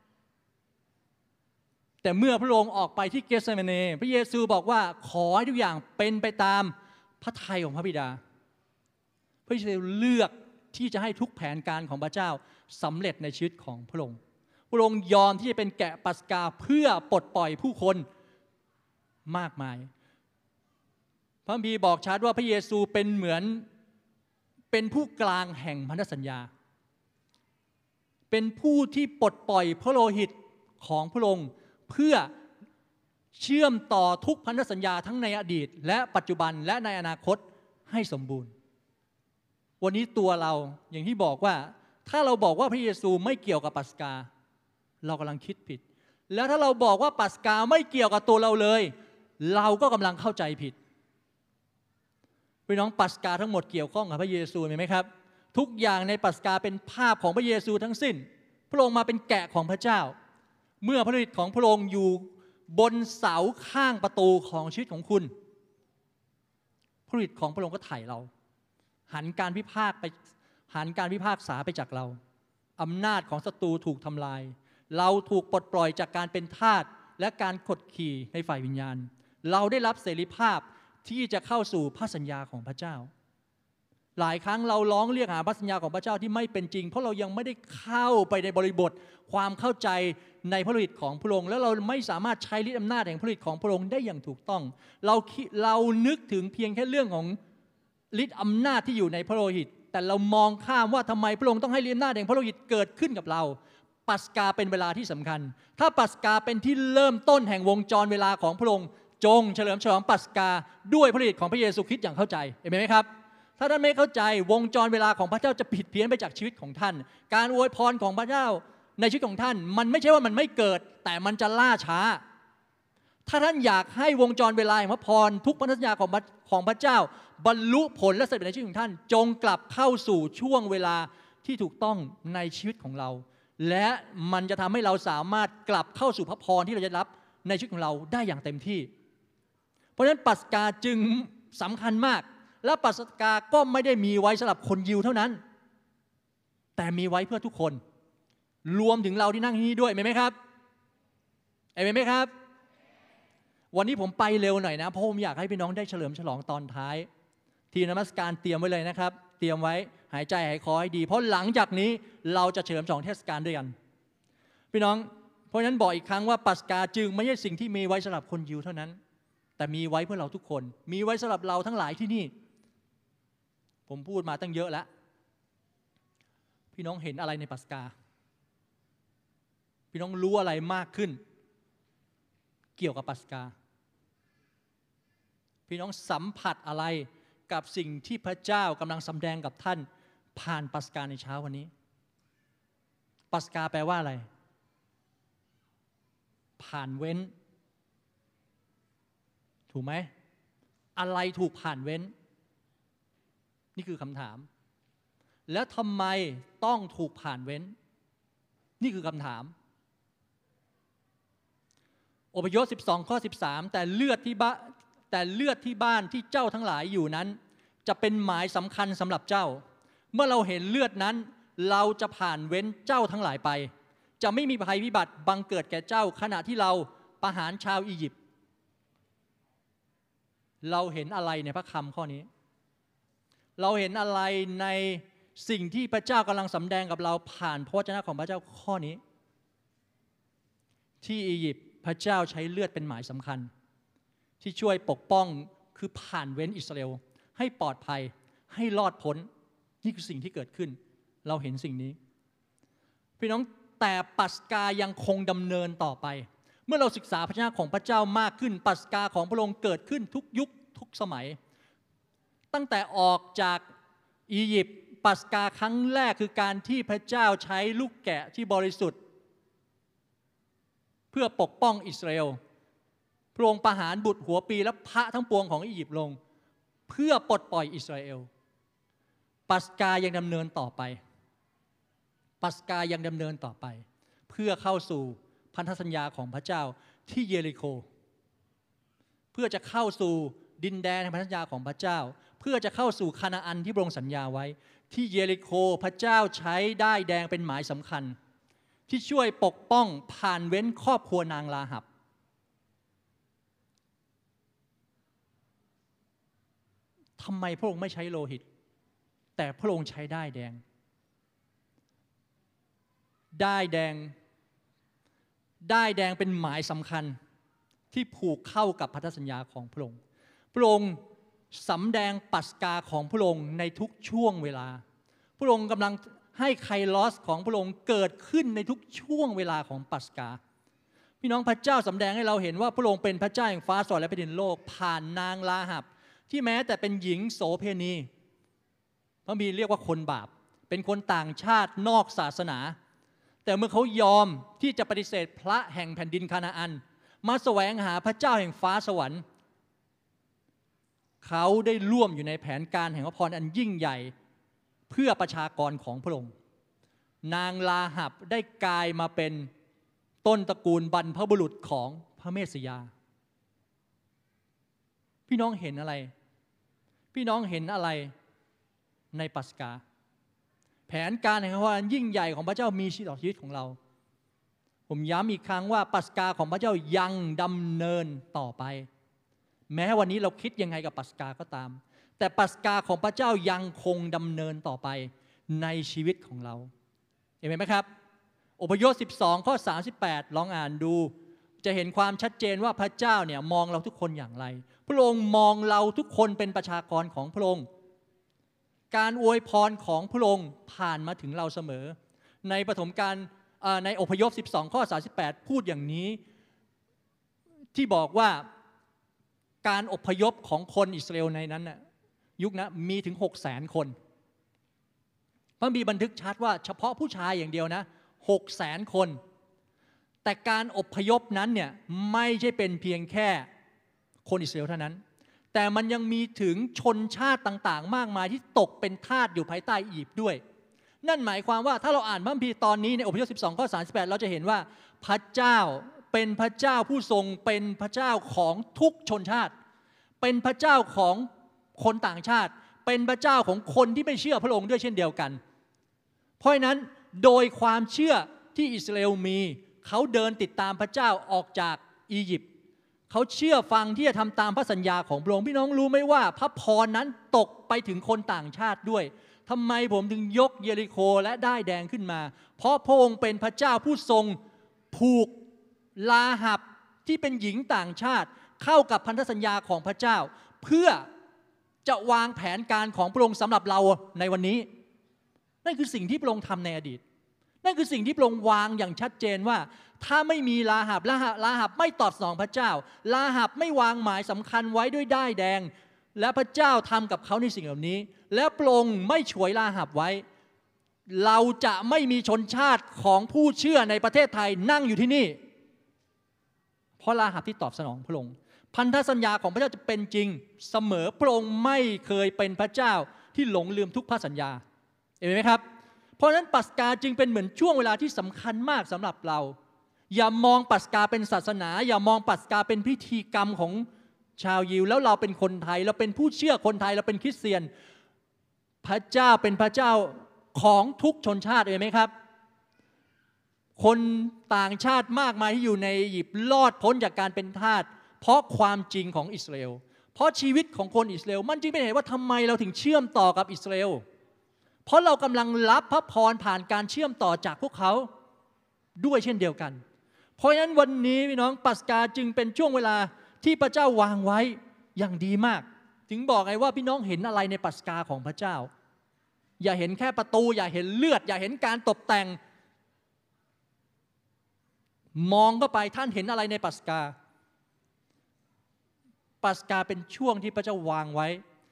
S1: แต่เมื่อพระองค์ออกไปที่เกสเซมาเนพระเยซูบอกว่าขอให้ทุกอย่างเป็นไปตามพระทัยของพระบิดาพระเยซูเลือกที่จะให้ทุกแผนการของพระเจ้าสำเร็จในชีวิตของพระองค์พระองค์ยอมที่จะเป็นแกะปัสกาเพื่อปลดปล่อยผู้คนมากมายพระคัมภีร์บอกชัดว่าพระเยซูเป็นเหมือนเป็นผู้กลางแห่งพันธสัญญาเป็นผู้ที่ปลดปล่อยพระโลหิตของพระองค์เพื่อเชื่อมต่อทุกพันธสัญญาทั้งในอดีตและปัจจุบันและในอนาคตให้สมบูรณ์วันนี้ตัวเราอย่างที่บอกว่าถ้าเราบอกว่าพระเยซูไม่เกี่ยวกับปัสกาเรากำลังคิดผิดแล้วถ้าเราบอกว่าปัสกาไม่เกี่ยวกับตัวเราเลยเราก็กำลังเข้าใจผิดพี่น้องปัสกาทั้งหมดเกี่ยวข้องกับพระเยซูไหมครับทุกอย่างในปัสกาเป็นภาพของพระเยซูทั้งสิ้นพระองค์มาเป็นแกะของพระเจ้าเมื่อพระฤทธิ์ของพระองค์อยู่บนเสาข้างประตูของชีวิตของคุณพระฤทธิ์ของพระองค์ก็ไถ่เราหันการพิพากษาไปจากเราอำนาจของศัตรูถูกทำลายเราถูกปลดปล่อยจากการเป็นทาสและการกดขี่ในฝ่ายวิญญาณเราได้รับเสรีภาพที่จะเข้าสู่พระสัญญาของพระเจ้าหลายครั้งเราร้องเรียกหาพระสัญญาของพระเจ้าที่ไม่เป็นจริงเพราะเรายังไม่ได้เข้าไปในบริบทความเข้าใจในพระฤทธิ์ของพระองค์แล้วเราไม่สามารถใช้ฤทธิ์อำนาจแห่งพระฤทธิ์ของพระองค์ได้อย่างถูกต้องเรานึกถึงเพียงแค่เรื่องของฤทธิ์อำนาจที่อยู่ในพระโลหิตแต่เรามองข้ามว่าทำไมพระองค์ต้องให้ฤทธิ์อำนาจแห่งพระโลหิตเกิดขึ้นกับเราปัสกาเป็นเวลาที่สำคัญถ้าปัสกาเป็นที่เริ่มต้นแห่งวงจรเวลาของพระองค์จงเฉลิมฉลองปัสกาด้วยพระฤทธิ์ของพระเยซูคริสต์อย่างเข้าใจเห็นไหมครับถ้าท่านไม่เข้าใจวงจรเวลาของพระเจ้าจะผิดเพี้ยนไปจากชีวิตของท่านการอวยพรของพระเจ้าในชีวิตของท่านมันไม่ใช่ว่ามันไม่เกิดแต่มันจะล่าช้าถ้าท่านอยากให้วงจรเวลาแห่งพระพรทุกพันธสัญญาของพระเจ้าบรรลุผลและสำเร็จในชีวิตของท่านจงกลับเข้าสู่ช่วงเวลาที่ถูกต้องในชีวิตของเราและมันจะทำให้เราสามารถกลับเข้าสู่พระพรที่เราจะรับในชีวิตของเราได้อย่างเต็มที่เพราะฉะนั้นปัสกาจึงสำคัญมากและปัสกาก็ไม่ได้มีไว้สำหรับคนยิวเท่านั้นแต่มีไว้เพื่อทุกคนรวมถึงเราที่นั่งที่นี่ด้วยไหมครับเห็นไหมครับวันนี้ผมไปเร็วหน่อยนะเพราะผมอยากให้พี่น้องได้เฉลิมฉลองตอนท้ายทีมนมัสการเตรียมไว้เลยนะครับเตรียมไว้หายใจหายคอให้ดีเพราะหลังจากนี้เราจะเฉลิมฉลองเทศกาลด้วยกันพี่น้องเพราะฉะนั้นบอกอีกครั้งว่าปัสกาจึงไม่ใช่สิ่งที่มีไว้สำหรับคนยิวเท่านั้นแต่มีไว้เพื่อเราทุกคนมีไว้สำหรับเราทั้งหลายที่นี่ผมพูดมาตั้งเยอะแล้วพี่น้องเห็นอะไรในปัสกาพี่น้องรู้อะไรมากขึ้นเกี่ยวกับปัสกาพี่น้องสัมผัสอะไรกับสิ่งที่พระเจ้ากำลังสำแดงกับท่านผ่านปัสกาในเช้าวันนี้ปัสกาแปลว่าอะไรผ่านเว้นถูกไหมอะไรถูกผ่านเว้นนี่คือคำถามแล้วทำไมต้องถูกผ่านเว้นนี่คือคำถามอพยพ12 ข้อ 13แต่เลือดที่บ้านที่เจ้าทั้งหลายอยู่นั้นจะเป็นหมายสำคัญสำหรับเจ้าเมื่อเราเห็นเลือดนั้นเราจะผ่านเว้นเจ้าทั้งหลายไปจะไม่มีภัยพิบัติบังเกิดแก่เจ้าขณะที่เราประหารชาวอียิปต์เราเห็นอะไรในพระคำข้อนี้เราเห็นอะไรในสิ่งที่พระเจ้ากำลังสำแดงกับเราผ่านพระวจนะของพระเจ้าข้อนี้ที่อียิปต์พระเจ้าใช้เลือดเป็นหมายสำคัญที่ช่วยปกป้องคือผ่านเว้นอิสราเอลให้ปลอดภัยให้รอดพ้นนี่คือสิ่งที่เกิดขึ้นเราเห็นสิ่งนี้พี่น้องแต่ปัสกายังคงดำเนินต่อไปเมื่อเราศึกษาพระเจ้าของพระเจ้ามากขึ้นปัสกาของพระองค์เกิดขึ้นทุกยุคทุกสมัยตั้งแต่ออกจากอียิปต์ปัสกาครั้งแรกคือการที่พระเจ้าใช้ลูกแกะที่บริสุทธิ์เพื่อปกป้องอิสราเอลพระองค์ประหารบุตรหัวปีและพระทั้งปวงของอียิปต์ลงเพื่อปลดปล่อยอิสราเอลปัสกายังดำเนินต่อไปปัสกายังดำเนินต่อไปเพื่อเข้าสู่พันธสัญญาของพระเจ้าที่เยริโคเพื่อจะเข้าสู่ดินแดนแห่งพันธสัญญาของพระเจ้าเพื่อจะเข้าสู่คานาอันที่พระองค์สัญญาไว้ที่เยริโคพระเจ้าใช้ด้ายแดงเป็นหมายสำคัญที่ช่วยปกป้องผ่านเว้นครอบครัวนางราหับทำไมพระองค์ไม่ใช้โลหิตแต่พระองค์ใช้ด้ายแดงด้ายแดงเป็นหมายสำคัญที่ผูกเข้ากับพันธสัญญาของพระองค์พระองค์สำแดงปัสกาของพระองค์ในทุกช่วงเวลาพระองค์กำลังให้ไคลอสของพระองค์เกิดขึ้นในทุกช่วงเวลาของปัสกาพี่น้องพระเจ้าสำแดงให้เราเห็นว่าพระองค์เป็นพระเจ้าแห่งฟ้าสวรรค์และแผ่นดินโลกผ่านนางราหับที่แม้แต่เป็นหญิงโสเภณีพระคัมภีร์เรียกว่าคนบาปเป็นคนต่างชาตินอกศาสนาแต่เมื่อเขายอมที่จะปฏิเสธพระแห่งแผ่นดินคานาอันมาแสวงหาพระเจ้าแห่งฟ้าสวรรค์เขาได้ร่วมอยู่ในแผนการแห่งพระพรอันยิ่งใหญ่เพื่อประชากรของพระองค์นางราหับได้กลายมาเป็นต้นตระกูลบรรพบุรุษของพระเมสสิยาพี่น้องเห็นอะไรพี่น้องเห็นอะไรในปัสกาแผนการแห่งพระพรอันยิ่งใหญ่ของพระเจ้ามีต่อชีวิตของเราผมย้ำอีกครั้งว่าปัสกาของพระเจ้ายังดำเนินต่อไปแม้วันนี้เราคิดยังไงกับปัสกาก็ตามแต่ปัสกาของพระเจ้ายังคงดำเนินต่อไปในชีวิตของเราเห็นไหมครับอพยพ12ข้อ38ลองอ่านดูจะเห็นความชัดเจนว่าพระเจ้าเนี่ยมองเราทุกคนอย่างไรพระองค์มองเราทุกคนเป็นประชากรของพระองค์การอวยพรของพระองค์ผ่านมาถึงเราเสมอในปฐมกาลในอพยพ12ข้อ38พูดอย่างนี้ที่บอกว่าการอพยพของคนอิสราเอลในนั้นน่ะยุคนั้นมีถึง 600,000 คนพระคัมภีร์บันทึกชัดว่าเฉพาะผู้ชายอย่างเดียวนะ 600,000 คนแต่การอพยพนั้นเนี่ยไม่ใช่เป็นเพียงแค่คนอิสราเอลเท่านั้นแต่มันยังมีถึงชนชาติต่างๆมากมายที่ตกเป็นทาสอยู่ภายใต้อียิปต์ด้วยนั่นหมายความว่าถ้าเราอ่านพระคัมภีร์ตอนนี้ในอพยพ12ข้อ38เราจะเห็นว่าพระเจ้าเป็นพระเจ้าผู้ทรงเป็นพระเจ้าของทุกชนชาติเป็นพระเจ้าของคนต่างชาติเป็นพระเจ้าของคนที่ไม่เชื่อพระองค์ด้วยเช่นเดียวกันเพราะฉะนั้นโดยความเชื่อที่อิสราเอลมีเขาเดินติดตามพระเจ้าออกจากอียิปต์เขาเชื่อฟังที่จะทำตามพระสัญญาของพระองค์พี่น้องรู้ไหมว่าพระพรนั้นตกไปถึงคนต่างชาติด้วยทำไมผมถึงยกเยริโคและด้ายแดงขึ้นมาเพราะพระองค์เป็นพระเจ้าผู้ทรงผูกลาหับที่เป็นหญิงต่างชาติเข้ากับพันธสัญญาของพระเจ้าเพื่อจะวางแผนการของพระองค์สำหรับเราในวันนี้นั่นคือสิ่งที่พระองค์ทำในอดีตนั่นคือสิ่งที่พระองค์วางอย่างชัดเจนว่าถ้าไม่มีลาหับไม่ตอบสนองพระเจ้าลาหับไม่วางหมายสำคัญไว้ด้วยด้ายแดงและพระเจ้าทำกับเขาในสิ่งเหล่านี้และพระองค์ไม่ฉวยลาหับไว้เราจะไม่มีชนชาติของผู้เชื่อในประเทศไทยนั่งอยู่ที่นี่เพราะลาหับที่ตอบสนองพระองค์พันธสัญญาของพระเจ้าจะเป็นจริงเสมอพระองค์ไม่เคยเป็นพระเจ้าที่หลงลืมทุกพระสัญญาเห็นไหมครับเพราะฉะนั้นปัสกาจึงเป็นเหมือนช่วงเวลาที่สำคัญมากสำหรับเราอย่ามองปัสกาเป็นศาสนาอย่ามองปัสกาเป็นพิธีกรรมของชาวยิวแล้วเราเป็นคนไทยเราเป็นผู้เชื่อคนไทยเราเป็นคริสเตียนพระเจ้าเป็นพระเจ้าของทุกชนชาติเห็นไหมครับคนต่างชาติมากมายที่อยู่ในอียิปต์รอดพ้นจากการเป็นทาสเพราะความจริงของอิสราเอลเพราะชีวิตของคนอิสราเอลมันจึงเป็นเหตุว่าทำไมเราถึงเชื่อมต่อกับอิสราเอลเพราะเรากำลังรับพระพรผ่านการเชื่อมต่อจากพวกเขาด้วยเช่นเดียวกันเพราะฉะนั้นวันนี้พี่น้องปัสกาจึงเป็นช่วงเวลาที่พระเจ้าวางไว้อย่างดีมากถึงบอกไงว่าพี่น้องเห็นอะไรในปัสกาของพระเจ้าอย่าเห็นแค่ประตูอย่าเห็นเลือดอย่าเห็นการตกแต่งมองเข้าไปท่านเห็นอะไรในปัสกาปัสกาเป็นช่วงที่พระเจ้าวางไว้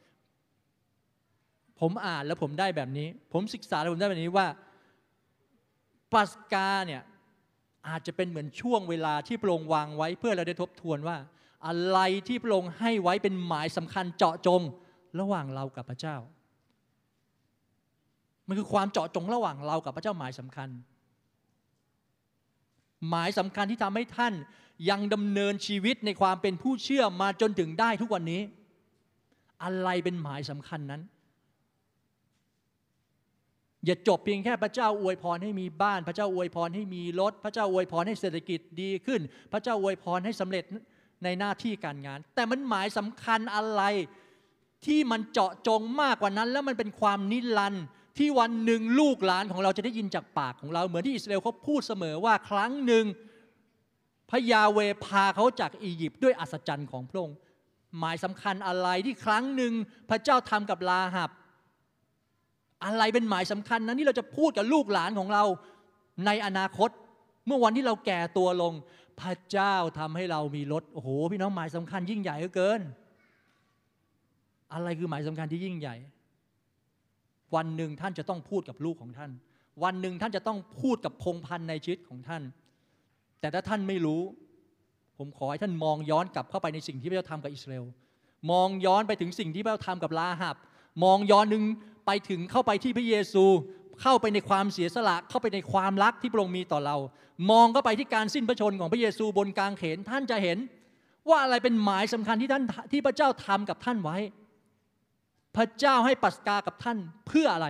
S1: ผมอ่านแล้วผมได้แบบนี้ผมศึกษาแล้วผมได้แบบนี้ว่าปัสกาเนี่ยอาจจะเป็นเหมือนช่วงเวลาที่พระองค์วางไว้เพื่อเราได้ทบทวนว่าอะไรที่พระองค์ให้ไว้เป็นหมายสำคัญเจาะจงระหว่างเรากับพระเจ้ามันคือความเจาะจงระหว่างเรากับพระเจ้าหมายสำคัญหมายสำคัญที่ทำให้ท่านยังดำเนินชีวิตในความเป็นผู้เชื่อมาจนถึงได้ทุกวันนี้อะไรเป็นหมายสำคัญนั้นอย่าจบเพียงแค่พระเจ้าอวยพรให้มีบ้านพระเจ้าอวยพรให้มีรถพระเจ้าอวยพรให้เศรษฐกิจดีขึ้นพระเจ้าอวยพรให้สำเร็จในหน้าที่การงานแต่มันหมายสำคัญอะไรที่มันเจาะจงมากกว่านั้นแล้วมันเป็นความนิรันดร์ที่วันหนึ่งลูกหลานของเราจะได้ยินจากปากของเราเหมือนที่อิสราเอลเขาพูดเสมอว่าครั้งหนึ่งพระยาเวห์พาเขาจากอียิปต์ด้วยอัศจรรย์ของพระองค์หมายสำคัญอะไรที่ครั้งหนึ่งพระเจ้าทำกับลาหับอะไรเป็นหมายสำคัญนั้นที่เราจะพูดกับลูกหลานของเราในอนาคตเมื่อวันที่เราแก่ตัวลงพระเจ้าทำให้เรามีรถโอ้โหพี่น้องหมายสำคัญยิ่งใหญ่เหลือเกินอะไรคือหมายสำคัญที่ยิ่งใหญ่วันหนึ่งท่านจะต้องพูดกับลูกของท่านวันหนึ่งท่านจะต้องพูดกับพงศ์พันธุ์ในชีวิตของท่านแต่ถ้าท่านไม่รู้ผมขอให้ท่านมองย้อนกลับเข้าไปในสิ่งที่พระเจ้าทำกับอิสราเอลมองย้อนไปถึงสิ่งที่พระเจ้าทำกับลาหับมองย้อนนึงไปถึงเข้าไปที่พระเยซูเข้าไปในความเสียสละเข้าไปในความรักที่พระองค์มีต่อเรามองเข้าไปที่การสิ้นพระชนม์ของพระเยซูบนกางเขนท่านจะเห็นว่าอะไรเป็นหมายสำคัญที่พระเจ้าทำกับท่านไว้พระเจ้าให้ปัสกากับท่านเพื่ออะไร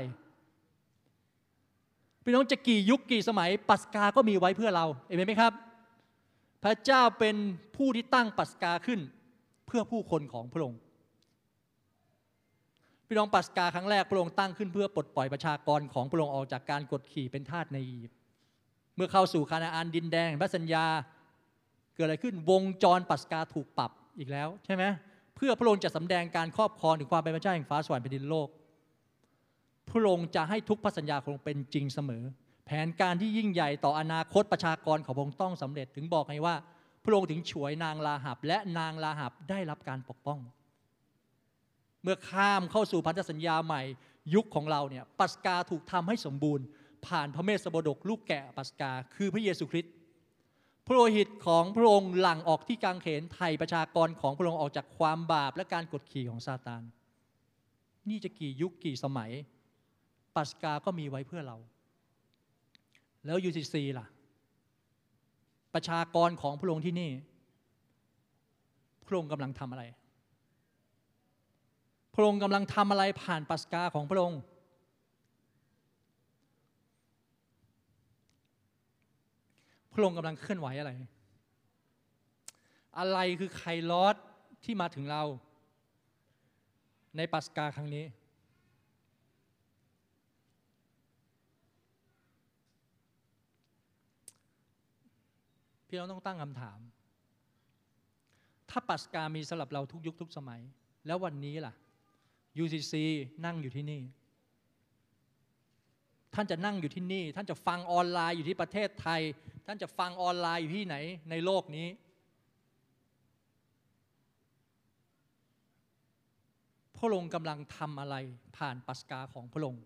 S1: พี่น้องจะกี่ยุคกี่สมัยปัสกาก็มีไว้เพื่อเราเห็นไหมครับพระเจ้าเป็นผู้ที่ตั้งปัสกาขึ้นเพื่อผู้คนของพระองค์พี่น้องปัสกาครั้งแรกพระองค์ตั้งขึ้นเพื่อปลดปล่อยประชากรของพระองค์ออกจากการกดขี่เป็นทาสในอียิปต์เมื่อเข้าสู่คานาอันดินแดนพระสัญญาเกิดอะไรขึ้นวงจรปัสกาถูกปรับอีกแล้วใช่ไหมเพื่อพระองค์จะสำแดงการครอบครองถึงความเป็นพระเจ้าแห่งฟ้าสวรรค์แผ่นดินโลกพระองค์จะให้ทุกพระสัญญาของพระองค์เป็นจริงเสมอแผนการที่ยิ่งใหญ่ต่ออนาคตประชากรของพระองค์ต้องสำเร็จถึงบอกไงว่าพระองค์ถึงฉวยนางลาหับและนางลาหับได้รับการปกป้องเมื่อข้ามเข้าสู่พันธสัญญาใหม่ยุคของเราเนี่ยปัสกาถูกทำให้สมบูรณ์ผ่านพระเมสสบดกลูกแกะปัสกาคือพระเยซูคริสต์พระโลหิตของพระองค์หลั่งออกที่กางเขนไถ่ประชากรของพระองค์ออกจากความบาปและการกดขี่ของซาตานนี่จะกี่ยุคกี่สมัยปัสกาก็มีไว้เพื่อเราแล้ว UCC ล่ะประชากรของพระองค์ที่นี่พระองค์กำลังทำอะไรพระองค์กำลังทำอะไรผ่านปัสกาของพระองค์พระองค์กำลังเคลื่อนไหวอะไรอะไรคือไคลอสที่มาถึงเราในปัสกาครั้งนี้พี่น้องต้องตั้งคำถามถ้าปัสกามีสำหรับเราทุกยุคทุกสมัยแล้ววันนี้ล่ะ UCC นั่งอยู่ที่นี่ท่านจะนั่งอยู่ที่นี่ท่านจะฟังออนไลน์อยู่ที่ประเทศไทยท่านจะฟังออนไลน์อยู่ที่ไหนในโลกนี้พระองค์กำลังทำอะไรผ่านปัสกาของพระองค์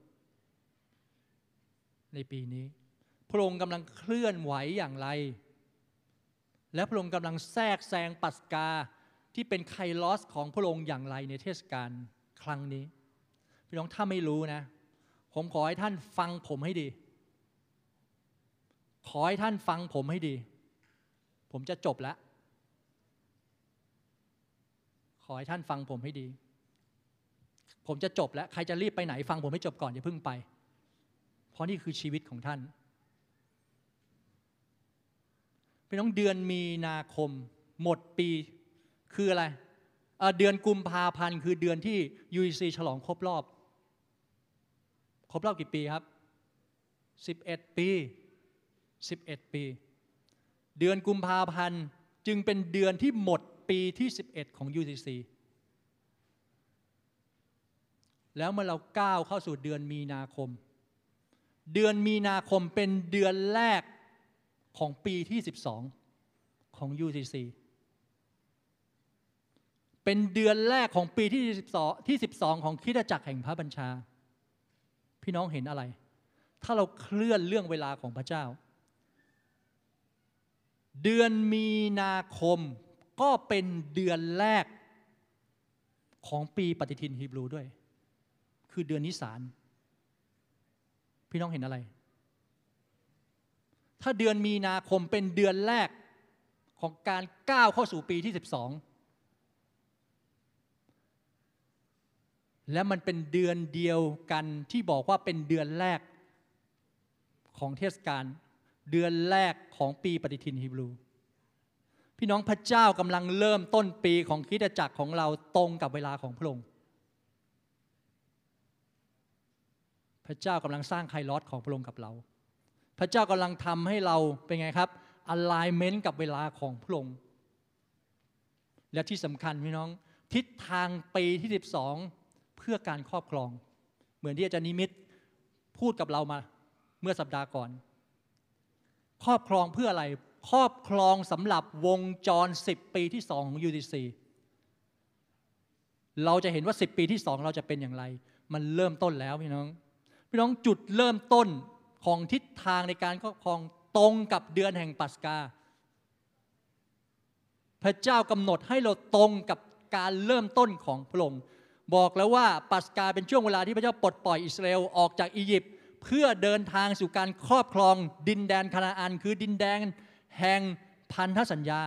S1: ในปีนี้พระองค์กำลังเคลื่อนไหวอย่างไรและพระองค์กำลังแทรกแซงปัสกาที่เป็นไคลอสของพระองค์อย่างไรในเทศกาลครั้งนี้พี่น้องถ้าไม่รู้นะผมขอให้ท่านฟังผมให้ดีขอให้ท่านฟังผมให้ดีผมจะจบแล้วขอให้ท่านฟังผมให้ดีผมจะจบแล้วใครจะรีบไปไหนฟังผมให้จบก่อนอย่าเพิ่งไปเพราะนี่คือชีวิตของท่านพี่น้องเดือนมีนาคมหมดปีคืออะไรเดือนกุมภาพันธ์คือเดือนที่ UEC ฉลองครบรอบกี่ปีครับ11 ปี11 ปีเดือนกุมภาพันธ์จึงเป็นเดือนที่หมดปีที่11ของ UCC แล้วเมื่อเราก้าวเข้าสู่เดือนมีนาคมเป็นเดือนแรกของปีที่12ของ UCC เป็นเดือนแรกของปีที่12ของคริสตจักรแห่งพระบัญชาพี่น้องเห็นอะไรถ้าเราเคลื่อนเรื่องเวลาของพระเจ้าเดือนมีนาคมก็เป็นเดือนแรกของปีปฏิทินฮีบรูด้วยคือเดือนนิสานพี่น้องเห็นอะไรถ้าเดือนมีนาคมเป็นเดือนแรกของการก้าวเข้าสู่ปีที่12และมันเป็นเดือนเดียวกันที่บอกว่าเป็นเดือนแรกของเทศกาลเดือนแรกของปีปฏิทินฮีบรูพี่น้องพระเจ้ากำลังเริ่มต้นปีของคริสตจักรของเราตรงกับเวลาของพระองค์พระเจ้ากำลังสร้างไคลอสของพระองค์กับเราพระเจ้ากำลังทำให้เราเป็นไงครับ alignment กับเวลาของพระองค์และที่สำคัญพี่น้องทิศทางปีที่12เพื่อการครอบครองเหมือนที่อาจารย์นิมิตพูดกับเรามาเมื่อสัปดาห์ก่อนครอบครองเพื่ออะไรครอบครองสำหรับวงจร10ปีที่2ของ UCC เราจะเห็นว่า10ปีที่2เราจะเป็นอย่างไรมันเริ่มต้นแล้วพี่น้องจุดเริ่มต้นของทิศทางในการครอบครองตรงกับเดือนแห่งปัสกาพระเจ้ากำหนดให้เราตรงกับการเริ่มต้นของพระองค์บอกแล้วว่าปัสกาเป็นช่วงเวลาที่พระเจ้าปลดปล่อยอิสราเอลออกจากอียิปต์เพื่อเดินทางสู่การครอบครองดินแดนคานาอันคือดินแดนแห่งพันธสัญญา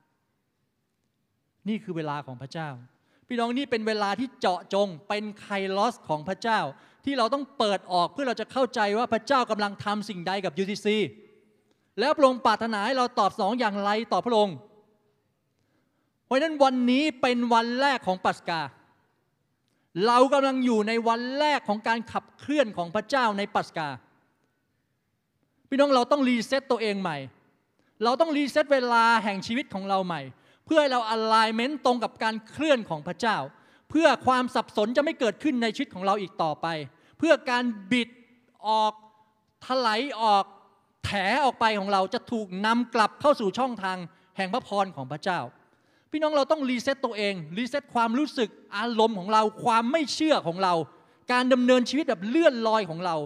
S1: นี่คือเวลาของพระเจ้าพี่น้องนี่เป็นเวลาที่เจาะจงเป็นไคลอสของพระเจ้าที่เราต้องเปิดออกเพื่อเราจะเข้าใจว่าพระเจ้ากำลังทำสิ่งใดกับ UCC แล้วพระองค์ปรารถนาให้เราตอบสนองอย่างไรต่อพระองค์เพราะฉะนั้นวันนี้เป็นวันแรกของปัสกาเรากำลังอยู่ในวันแรกของการขับเคลื่อนของพระเจ้าในปัสกาพี่น้องเราต้องรีเซ็ตตัวเองใหม่เราต้องรีเซ็ตเวลาแห่งชีวิตของเราใหม่เพื่อให้เรา alignment ตรงกับการเคลื่อนของพระเจ้าเพื่อความสับสนจะไม่เกิดขึ้นในชีวิตของเราอีกต่อไปเพื่อการบิดออกถลายออกแถออกไปของเราจะถูกนำกลับเข้าสู่ช่องทางแห่งพระพรของพระเจ้าพี่น้องเราต้องรีเซ็ตตัวเองรีเซ็ตความรู้สึกอารมณ์ของเราความไม่เชื่อของเราการดำเนินชีวิตแบบเลื่อนลอยของเรา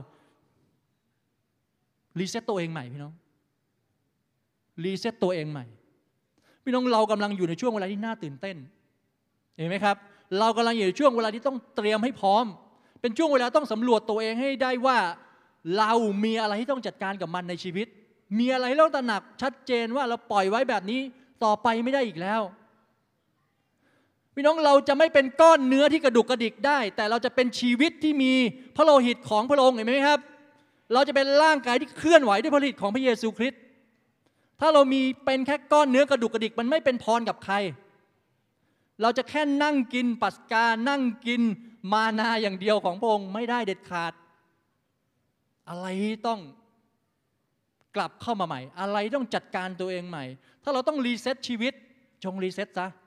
S1: รีเซ็ตตัวเองใหม่พี่น้องรีเซ็ตตัวเองใหม่พี่น้องเรากำลังอยู่ในช่วงเวลาที่น่าตื่นเต้นเห็นไหมครับเรากำลังอยู่ในช่วงเวลาที่ต้องเตรียมให้พร้อมเป็นช่วงเวลาต้องสำรวจตัวเองให้ได้ว่าเรามีอะไรที่ต้องจัดการกับมันในชีวิตมีอะไรที่ต้องตระหนักชัดเจนว่าเราปล่อยไว้แบบนี้ต่อไปไม่ได้อีกแล้วพี่น้องเราจะไม่เป็นก้อนเนื้อที่กระดุกกระดิกได้แต่เราจะเป็นชีวิตที่มีพระโลหิตของพระองค์เห็นไหมครับเราจะเป็นร่างกายที่เคลื่อนไหวด้วยพระโลหิตของพระเยซูคริสต์ถ้าเรามีเป็นแค่ก้อนเนื้อกระดุกกระดิกมันไม่เป็นพรกับใครเราจะแค่นั่งกินปัสกานั่งกินมานาอย่างเดียวของพระองค์ไม่ได้เด็ดขาดอะไรต้องกลับเข้ามาใหม่อะไรต้องจัดการตัวเองใหม่ถ้าเราต้องรีเซ็ตชีวิตจงรีเซ็ตซะ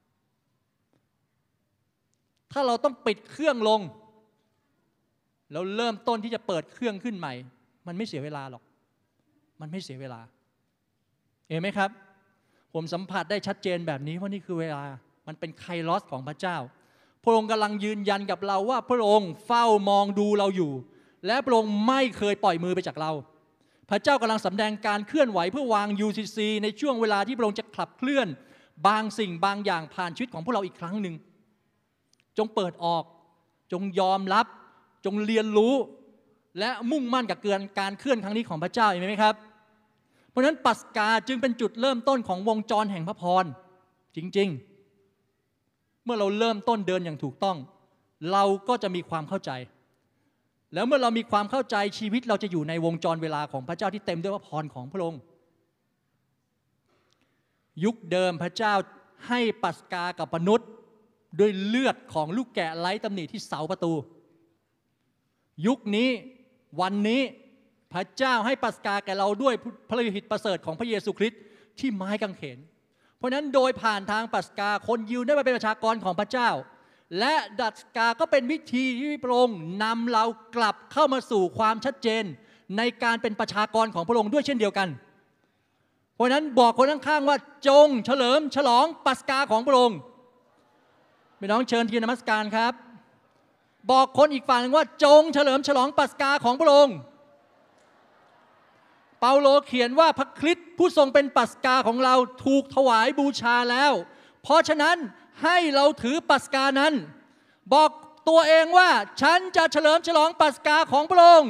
S1: ถ้าเราต้องปิดเครื่องลงแล้วเริ่มต้นที่จะเปิดเครื่องขึ้นใหม่มันไม่เสียเวลาหรอกมันไม่เสียเวลาเห็นไหมครับผมสัมผัสได้ชัดเจนแบบนี้เพราะนี่คือเวลามันเป็นไคลอสของพระเจ้าพระองค์กำลังยืนยันกับเราว่าพระองค์เฝ้ามองดูเราอยู่และพระองค์ไม่เคยปล่อยมือไปจากเราพระเจ้ากำลังสำแดงการเคลื่อนไหวเพื่อวาง UCC ในช่วงเวลาที่พระองค์จะขับเคลื่อนบางสิ่งบางอย่างผ่านชีวิตของพวกเราอีกครั้งหนึ่งจงเปิดออกจงยอมรับจงเรียนรู้และมุ่งมั่นกับการเคลื่อนครั้งนี้ของพระเจ้าเห็นไหมครับเพราะฉะนั้นปัสกาจึงเป็นจุดเริ่มต้นของวงจรแห่งพระพรจริงๆเมื่อเราเริ่มต้นเดินอย่างถูกต้องเราก็จะมีความเข้าใจแล้วเมื่อเรามีความเข้าใจชีวิตเราจะอยู่ในวงจรเวลาของพระเจ้าที่เต็มด้วยพระพรของพระองค์ยุคเดิมพระเจ้าให้ปัสกากับมนุษย์ด้วยเลือดของลูกแกะไร้ตำหนิที่เสาประตูยุคนี้วันนี้พระเจ้าให้ปัสกาแก่เราด้วยพระฤทธิ์ประเสริฐของพระเยซูคริสต์ที่ไม้กางเขนเพราะนั้นโดยผ่านทางปัสกาคนยิวได้มาเป็นประชากรของพระเจ้าและปัสกาก็เป็นวิธีที่พระองค์นำเรากลับเข้ามาสู่ความชัดเจนในการเป็นประชากรของพระองค์ด้วยเช่นเดียวกันเพราะนั้นบอกคนข้างๆว่าจงเฉลิมฉลองปัสกาของพระองค์พี่น้องเชิญที่นมัสการครับบอกคนอีกฝั่งนึงว่าจงเฉลิมฉลองปัสกาของพระองค์เปาโลเขียนว่าพระคริสต์ผู้ทรงเป็นปัสกาของเราถูกถวายบูชาแล้วเพราะฉะนั้นให้เราถือปัสกานั้นบอกตัวเองว่าฉันจะเฉลิมฉลองปัสกาของพระองค์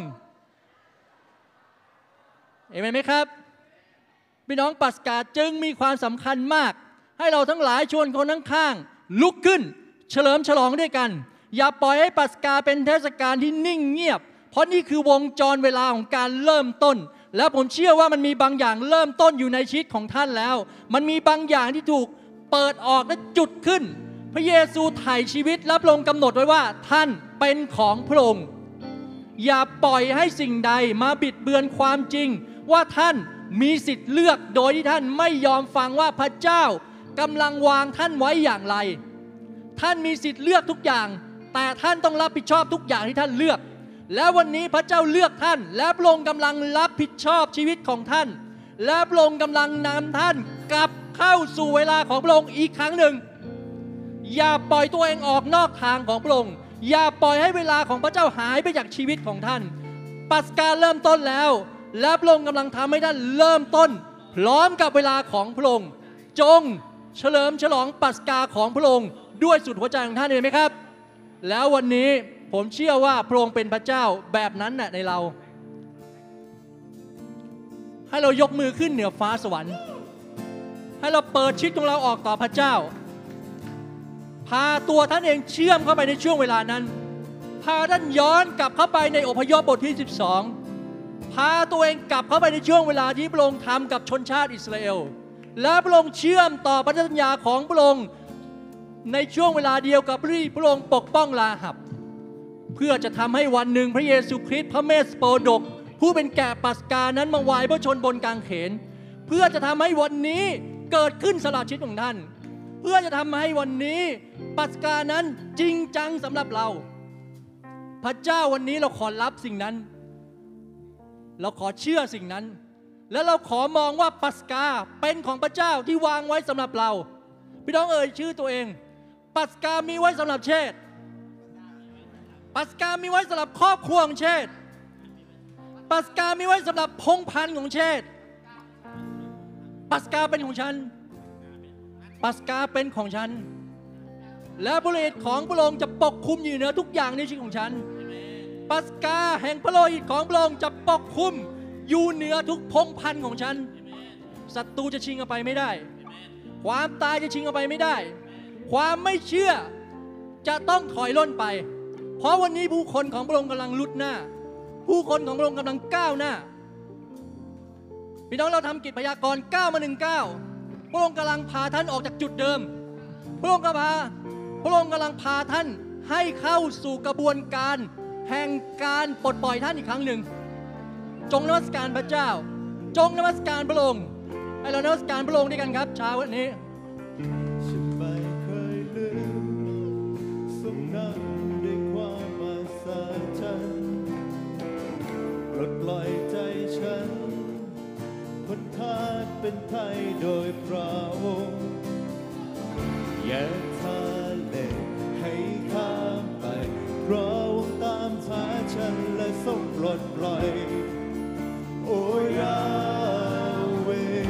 S1: เห็นไหมครับพี่น้องปัสกาจึงมีความสำคัญมากให้เราทั้งหลายชวนคนข้างๆลุกขึ้นเฉลิมฉลองด้วยกันอย่าปล่อยให้ปัสกาเป็นเทศกาลที่นิ่งเงียบเพราะนี่คือวงจรเวลาของการเริ่มต้นและผมเชื่อว่ามันมีบางอย่างเริ่มต้นอยู่ในชีวิตของท่านแล้วมันมีบางอย่างที่ถูกเปิดออกและจุดขึ้นพระเยซูไถ่ชีวิตและพระองค์กำหนดไว้ว่าท่านเป็นของพระองค์อย่าปล่อยให้สิ่งใดมาบิดเบือนความจริงว่าท่านมีสิทธิ์เลือกโดยที่ท่านไม่ยอมฟังว่าพระเจ้ากำลังวางท่านไว้อย่างไรท่านมีสิทธิ์เลือกทุกอย่างแต่ท่านต้องรับผิดชอบทุกอย่างที่ท่านเลือกและวันนี้พระเจ้าเลือกท่านและพระองค์กำลังรับผิดชอบชีวิตของท่านและพระองค์กำลังนำท่านกลับเข้าสู่เวลาของพระองค์อีกครั้งหนึ่งอย่าปล่อยตัวเองออกนอกทางของพระองค์อย่าปล่อยให้เวลาของพระเจ้าหายไปจากชีวิตของท่านปัสกาเริ่มต้นแล้วและพระองค์กำลังทำให้ท่านเริ่มต้นพร้อมกับเวลาของพระองค์จงเฉลิมฉลองปัสกาของพระองค์ด้วยสุดหัวใจของท่านเห็นไหมครับแล้ววันนี้ผมเชื่อว่าพระองค์เป็นพระเจ้าแบบนั้นน่ะในเราให้เรายกมือขึ้นเหนือฟ้าสวรรค์ให้เราเปิดชีวิตของเราออกต่อพระเจ้าพาตัวท่านเองเชื่อมเข้าไปในช่วงเวลานั้นพาท่านย้อนกลับเข้าไปในอพยพบทที่12พาตัวเองกลับเข้าไปในช่วงเวลาที่พระองค์ทำกับชนชาติอิสราเอลและพระองค์เชื่อมต่อพันธสัญญาของพระองค์ในช่วงเวลาเดียวกับที่พระองค์ปกป้องลาหับเพื่อจะทำให้วันหนึ่งพระเยซูคริสต์พระเมสโปดกผู้เป็นแกะปัสกานั้นมาไหว้พระชนบนกางเขนเพื่อจะทำให้วันนี้เกิดขึ้นสละชีวิตของท่านเพื่อจะทำให้วันนี้ปัสกานั้นจริงจังสำหรับเราพระเจ้าวันนี้เราขอรับสิ่งนั้นเราขอเชื่อสิ่งนั้นและเราขอมองว่าปัสกาเป็นของพระเจ้าที่วางไว้สำหรับเราพี่น้องเอ่ยชื่อตัวเองปัสกามีไว้สำหรับเชษฐ์ปัสกามีไว้สำหรับครอบครัวของเชษฐ์ปัสกามีไว้สำหรับพงศ์พันธุ์ของเชษฐ์ปัสกาเป็นของฉันปัสกาเป็นของฉันและพระฤทธิ์ของพระองค์จะปกคุมอยู่เหนือทุกอย่างในชีวิตของฉันปัสกาแห่งพระโลหิตของพระองค์จะปกคุมอยู่เหนือทุกพงศ์พันธุ์ของฉันศัตรูจะชิงเอาไปไม่ได้ความตายจะชิงเอาไปไม่ได้ความไม่เชื่อจะต้องถอยล่นไปเพราะวันนี้ผู้คนของพระองค์กำลังลุดหน้าผู้คนของพระองค์กำลังก้าวหน้าพี่น้องเราทำกิจพยากรณ์ก้าวมา1 ก้าวพระองค์กำลังพาท่านออกจากจุดเดิมพระองค์กำลังพาท่านให้เข้าสู่กระบวนการแห่งการปลดปล่อยท่านอีกครั้งหนึ่งจงนมัสการพระเจ้าจงนมัสการพระองค์ให้เรานมัสการพระองค์ด้วยกันครับเช้าวันนี้
S2: ฉันไม่เคยลืมทรงนำด้วยความอัศจรรย์ปลดปล่อยใจฉันพ้นทางเป็นไทยโดยพระองค์แยกทะเลให้ข้ามไปพระองค์ตามหาฉันและทรงปลดปล่อยโอ้ยาเว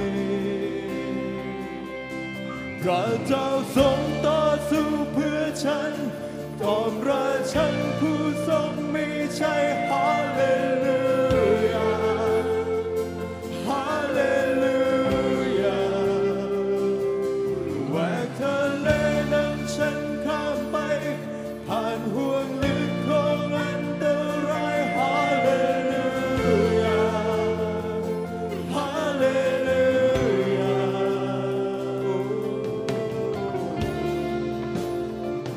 S2: พระเจ้าทรงต่อสู้เพื่อฉันทอมราชันผู้ทรงมีชัยฮาเลลูยาฮาเลลูยาแหวกทะเลนั้นฉันข้ามไปผ่านห่วงลึกของอันตรายฮาเลลูยาฮาเลลูยา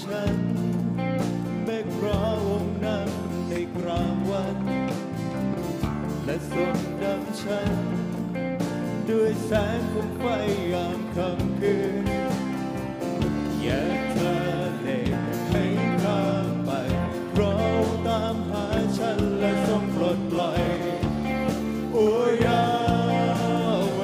S2: ฉันเมฆร้องน้ำในกลางวันและทรงนำฉันด้วยแสงของไฟยามค่ำคืนแยกทะเลให้ข้ามไปเพราะตามหาฉันและทรงปลดปล่อยโอ้ยาเว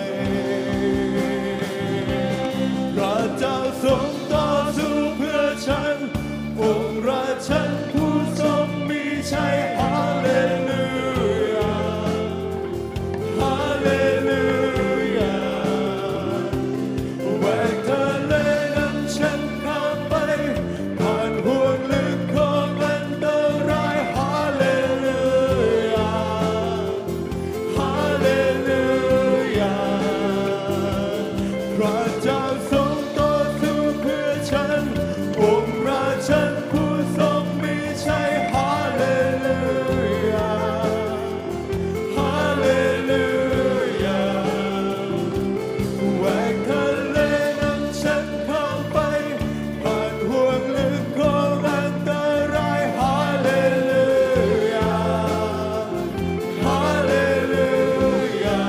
S2: พระเจ้าทรงต่อสู้เพื่อฉันองค์ราชันผู้ทรงมีชัยฮาเลลูยาฮาเลลูยาแหวกทะเลนำฉันข้ามไปผ่านห่วงลึกของอันตรายฮาเลลูยาฮาเลลูยาพระเจ้าทรงต่อสู้เพื่อฉันองค์ราชันผู้ทรงมีชัยฮาเลลูยาฮาเลลูยาแหวกทะเลนำฉันเข้าไปผ่านห่วงลึกของอันตรายฮาเลลูยาฮาเลลูยา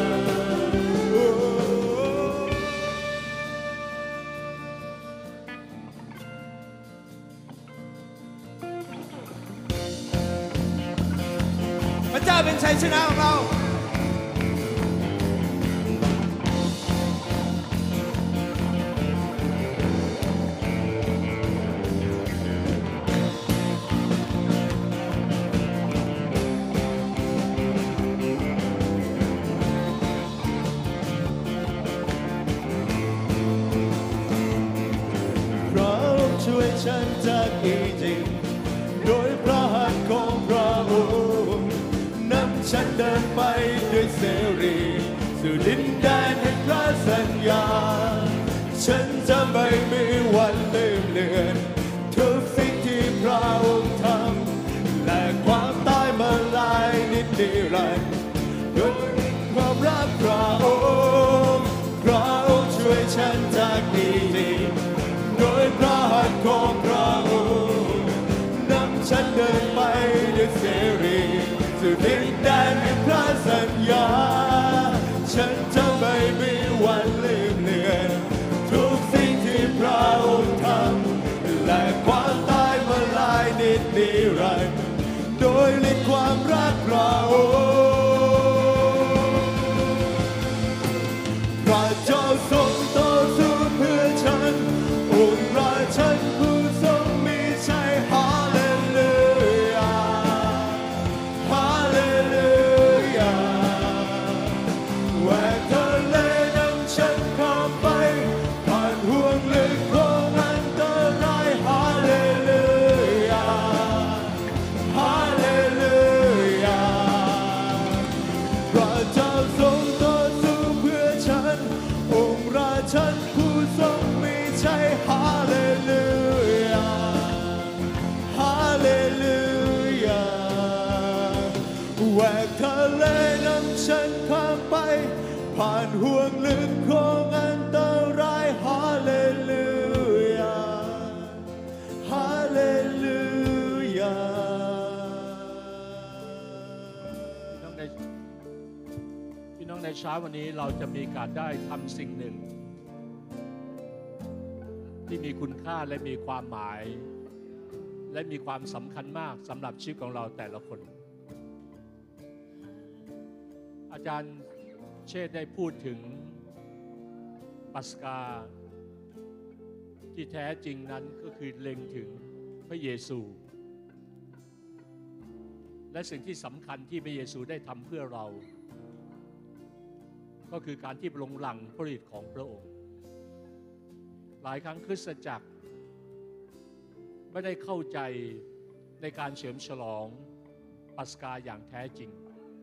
S2: พระเจ้าเป็นชัยชนะของเราพระองค์ช่วยฉันจากอียิปต์โดยพระหัตถ์ของพระองค์นำฉันเดินไปด้วยเสรีสู่ดินแดนแห่งพระสัญญาฉันจะไม่มีวันลืมเลือนทุกสิ่งที่พระองค์ทำและความตายมาลายนิรันดร์ด้วยความรักพระองค์พระองค์ช่วยฉันจากอียิปต์โดยพระหัตถ์ของพระองค์นำฉันเดินไปด้วยเสรีสู่ดินแดนแห่งพระสัญญาฉันจะไม่มีวันลืมเลือนทุกสิ่งที่พระองค์ทำและความตายมาลายนิรันดร์โดยฤทธิ์ความรักพระองค์พระเจ้าทรงต่อสู้เพื่อฉันองค์ราชันผู้ทรงมีชัยฮาเลลูยาฮาเลลูยาแหวกทะเลนำฉันข้ามไปผ่านห่วงลึกของอันตรายฮาเลลูยาฮาเลลูยาพระเจ้าทรงต่อสู้เพื่อฉันองค์ราชันผู้ทรงมีชัยฮาเลลูยาฮาเลลูยาแหวกทะเลนำฉันข้ามไปผ่านห่วงลึกของอันตรายฮาเลลูยาฮาเลลูยา
S3: พี่น้องในเช้าวันนี้เราจะมีการได้ทำสิ่งหนึ่งที่มีคุณค่าและมีความหมายและมีความสำคัญมากสำหรับชีวิตของเราแต่ละคน อาจารย์เชษฐ์ได้พูดถึงปัสกาที่แท้จริงนั้นก็คือเล็งถึงพระเยซู และสิ่งที่สำคัญที่พระเยซูได้ทำเพื่อเราก็คือการที่พระองค์หลั่งพระฤทธิ์ของพระองค์หลายครั้งคริสตจักรไม่ได้เข้าใจในการเฉลิมฉลองปัสกาอย่างแท้จริง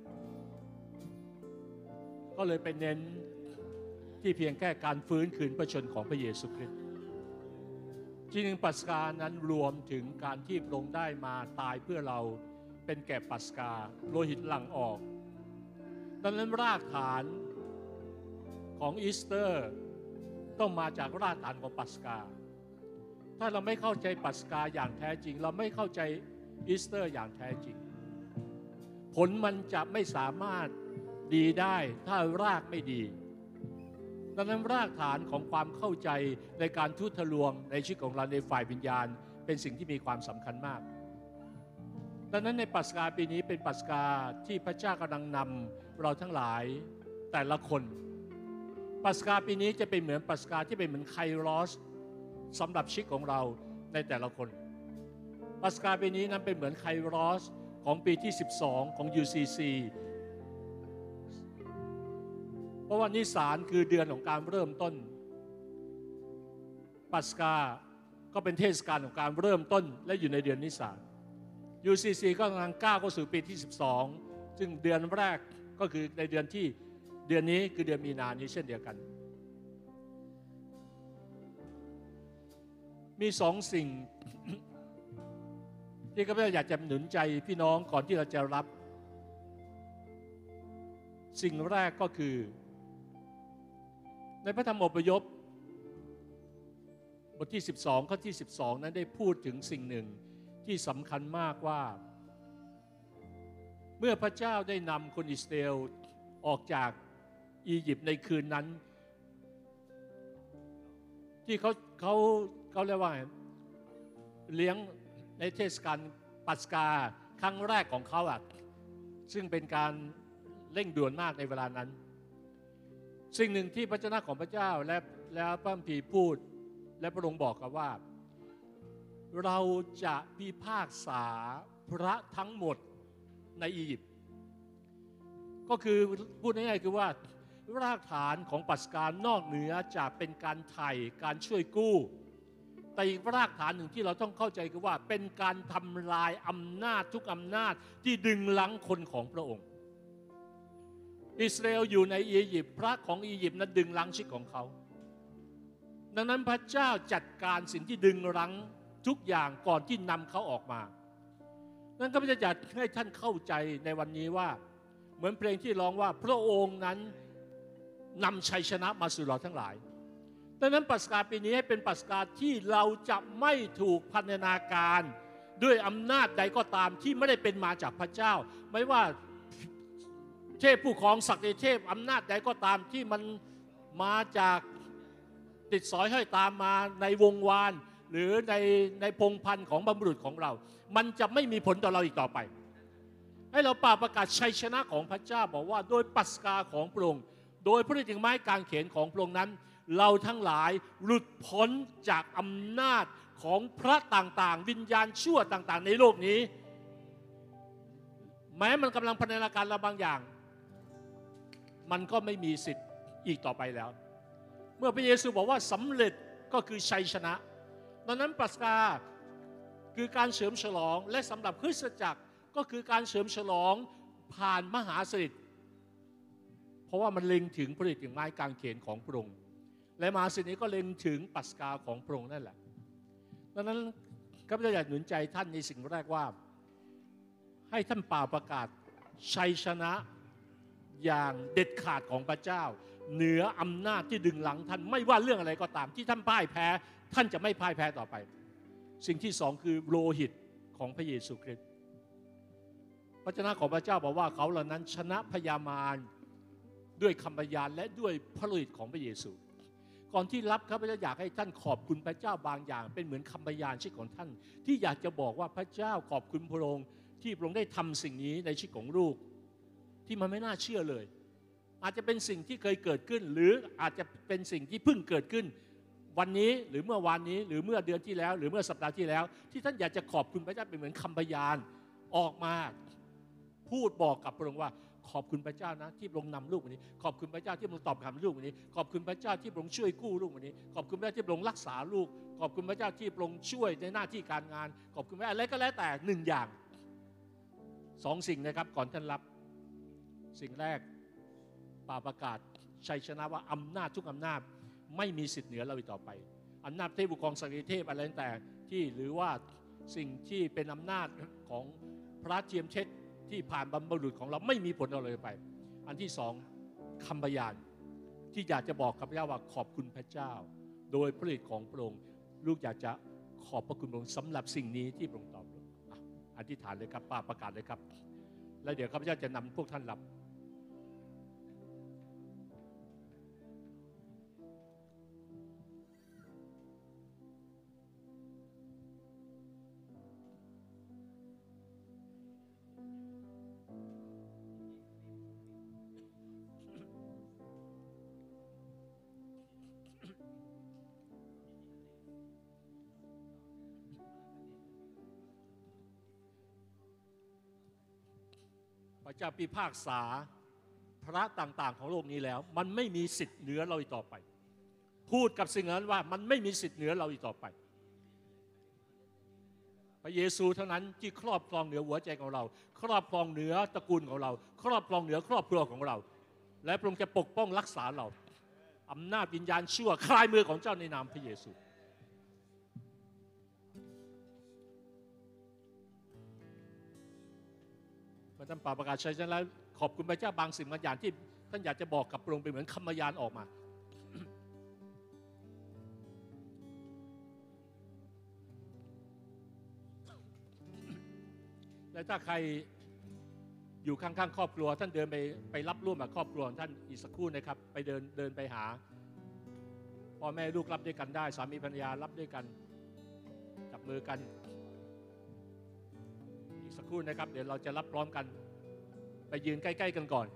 S3: ก็เลยไปเน้นที่เพียงแค่การฟื้นคืนพระชนของพระเยซูคริสต์จริงๆปัสกานั้นรวมถึงการที่พระองค์ได้มาตายเพื่อเราเป็นแก่ปัสกาโลหิตหลั่งออกดังนั้นรากฐานของอีสเตอร์ต้องมาจากรากฐานของปัสกาถ้าเราไม่เข้าใจปัสกาอย่างแท้จริงเราไม่เข้าใจอีสเตอร์อย่างแท้จริงผลมันจะไม่สามารถดีได้ถ้ารากไม่ดีดังนั้นรากฐานของความเข้าใจในการทูตทะลวงในชีวิตของเราในฝ่ายวิญญาณเป็นสิ่งที่มีความสำคัญมากดังนั้นในปัสกาปีนี้เป็นปัสกาที่พระเจ้ากำลังนำเราทั้งหลายแต่ละคนปัสกาปีนี้จะเป็นเหมือนปัสกาที่เป็นเหมือนไครอสสำหรับชีวิตของเราในแต่ละคนปัสกาปีนี้นั้นเป็นเหมือนไครอสของปีที่12ของ UCC เพราะว่านิสานคือเดือนของการเริ่มต้นปัสกาก็เป็นเทศกาลของการเริ่มต้นและอยู่ในเดือนนิสาน UCC ก็กำลังก้าวเข้าสู่ปีที่12ซึ่งเดือนแรกก็คือในเดือนนี้คือเดือนมีนานี้เช่นเดียวกันมีสองสิ่ง ที่ข้าพเจ้าอยากจะหนุนใจพี่น้องก่อนที่เราจะรับสิ่งแรกก็คือในพระธรรมอพยพบทที่12ข้อที่12นั้นได้พูดถึงสิ่งหนึ่งที่สำคัญมากว่าเมื่อพระเจ้าได้นำคนอิสราเอลออกจากอียิปต์ในคืนนั้นที่เขาเรียกว่าเลี้ยงในเทศกาลปัสกาครั้งแรกของเขาซึ่งเป็นการเร่งด่วนมากในเวลานั้นสิ่งหนึ่งที่พระเจ้าของพระเจ้าและพระคัมภีร์พูดและพระองค์บอกกับว่าเราจะพิพากษาพระทั้งหมดในอียิปต์ก็คือพูดง่ายๆคือว่ารากฐานของปัสกานอกเหนือจากเป็นการไถ่การช่วยกู้แต่อีกรากฐานหนึ่งที่เราต้องเข้าใจคือว่าเป็นการทำลายอำนาจทุกอำนาจที่ดึงลังคนของพระองค์อิสราเอลอยู่ในอียิปต์พระของอียิปต์นั้นดึงลังชีวิตของเขาดังนั้นพระเจ้าจัดการสิ่งที่ดึงรั้งทุกอย่างก่อนที่นำเขาออกมานั้นก็จะจัดให้ท่านเข้าใจในวันนี้ว่าเหมือนเพลงที่ร้องว่าพระองค์นั้นนำชัยชนะมาสู่เราทั้งหลายดังนั้นปัสกาปีนี้ให้เป็นปัสกาที่เราจะไม่ถูกพันธนาการด้วยอำนาจใดก็ตามที่ไม่ได้เป็นมาจากพระเจ้าไม่ว่าเทพผู้ครองศักดิเทพอำนาจใดก็ตามที่มันมาจากติดสอยห้อยตามมาในวงวานหรือในพงพันธ์ของบรรพบุรุษของเรามันจะไม่มีผลต่อเราอีกต่อไปให้เราประกาศชัยชนะของพระเจ้าบอกว่าโดยปัสกาของพระองค์โดยพระฤทธิ์ไม้กางเขนของพระองค์นั้นเราทั้งหลายหลุดพ้นจากอำนาจของพระต่างๆวิญญาณชั่วต่างๆในโลกนี้แม้มันกำลังพันธนาการเราบางอย่างมันก็ไม่มีสิทธิ์อีกต่อไปแล้วเมื่อพระเยซูบอกว่าสำเร็จก็คือชัยชนะดังนั้นปัสกาคือการเฉลิมฉลองและสำหรับคริสตจักรก็คือการเฉลิมฉลองผ่านมหาสนิทเพราะว่ามันเล็งถึงพระฤทธิ์ไม้กางเขนของพระองค์และมหาสนิทก็เล็งถึงปัสกาของพระองค์นั่นแหละดังนั้นข้าพเจ้าอยากหนุนใจท่านในสิ่งแรกว่าให้ท่านประกาศชัยชนะอย่างเด็ดขาดของพระเจ้าเหนืออำนาจที่ดึงหลังท่านไม่ว่าเรื่องอะไรก็ตามที่ท่านพ่ายแพ้ท่านจะไม่พ่ายแพ้ต่อไปสิ่งที่สองคือโลหิตของพระเยซูคริสต์พระเจ้าของพระเจ้าบอกว่าเขาเหล่านั้นชนะพยามารด้วยคำพยานและด้วยพระโลหิตของพระเยซูก่อนที่รับข้าพเจ้าอยากให้ท่านขอบคุณพระเจ้าบางอย่างเป็นเหมือนคำพยานชีวิตของท่านที่อยากจะบอกว่าพระเจ้าขอบคุณพระองค์ที่พระองค์ได้ทำสิ่งนี้ในชีวิตของลูกที่มันไม่น่าเชื่อเลยอาจจะเป็นสิ่งที่เคยเกิดขึ้นหรืออาจจะเป็นสิ่งที่เพิ่งเกิดขึ้นวันนี้หรือเมื่อวานนี้หรือเมื่อเดือนที่แล้วหรือเมื่อสัปดาห์ที่แล้วที่ท่านอยากจะขอบคุณพระเจ้าเป็นเหมือนคำพยานออกมาพูดบอกกับพระองค์ว่าขอบคุณพระเจ้านะที่พระองค์นำลูกวันนี้ขอบคุณพระเจ้าที่พระองค์ตอบคำลูกวันนี้ขอบคุณพระเจ้าที่พระองค์ช่วยกู้ลูกวันนี้ขอบคุณพระเจ้าที่พระองค์รักษาลูกขอบคุณพระเจ้าที่พระองค์ช่วยในหน้าที่การงานขอบคุณพระเจ้าอะไรก็แล้วแต่หนึ่งอย่างสองสิ่งนะครับก่อนท่านรับสิ่งแรกประกาศชัยชนะว่าอำนาจทุกอำนาจไม่มีสิทธิ์เหนือเราอีกต่อไปอำนาจเทพบุคคลศักดิเทพอะไรต่างๆที่หรือว่าสิ่งที่เป็นอำนาจของพระเจียมเช็ดที่ผ่านบรรพบุรุษของเราไม่มีผลอะไรไปอันที่สองคำพยานที่อยากจะบอกกับพระเจ้าว่าขอบคุณพระเจ้าโดยพระฤทธิ์ของพระองค์ลูกอยากจะขอบพระคุณพระองค์สำหรับสิ่งนี้ที่พระองค์ตอบอธิษฐานเลยครับป้าประกาศเลยครับแล้วเดี๋ยวข้าพเจ้าจะนำพวกท่านรับพระเจ้าพิพากษาพระต่างๆของโลกนี้แล้วมันไม่มีสิทธิ์เหนือเราอีกต่อไปพูดกับสิ่งนั้นว่ามันไม่มีสิทธิ์เหนือเราอีกต่อไปพระเยซูเท่านั้นที่ครอบครองเหนือหัวใจของเราครอบครองเหนือตระกูลของเราครอบครองเหนือครอบครัวของเราและพระองค์จะปกป้องรักษาเราอำนาจวิญญาณชั่วคลายมือของเจ้าในนามพระเยซูท่านป่าประกาศชัยชนะแล้วขอบคุณพระเจ้าบางสิ่งบางอย่างที่ท่านอยากจะบอกกับพระองค์เป็นเหมือนคำพยานออกมาและถ้าใครอยู่ข้างๆครอบครัวท่านเดินไปรับร่วมกับครอบครัวท่านอีกสักครู่นะครับไปเดินไปหาพ่อแม่ลูกรับด้วยกันได้สามีภรรยารับด้วยกันจับมือกันสักครู่นะครับเดี๋ยวเราจะรับพร้อมกันไปยืนใกล้ๆกันก่อน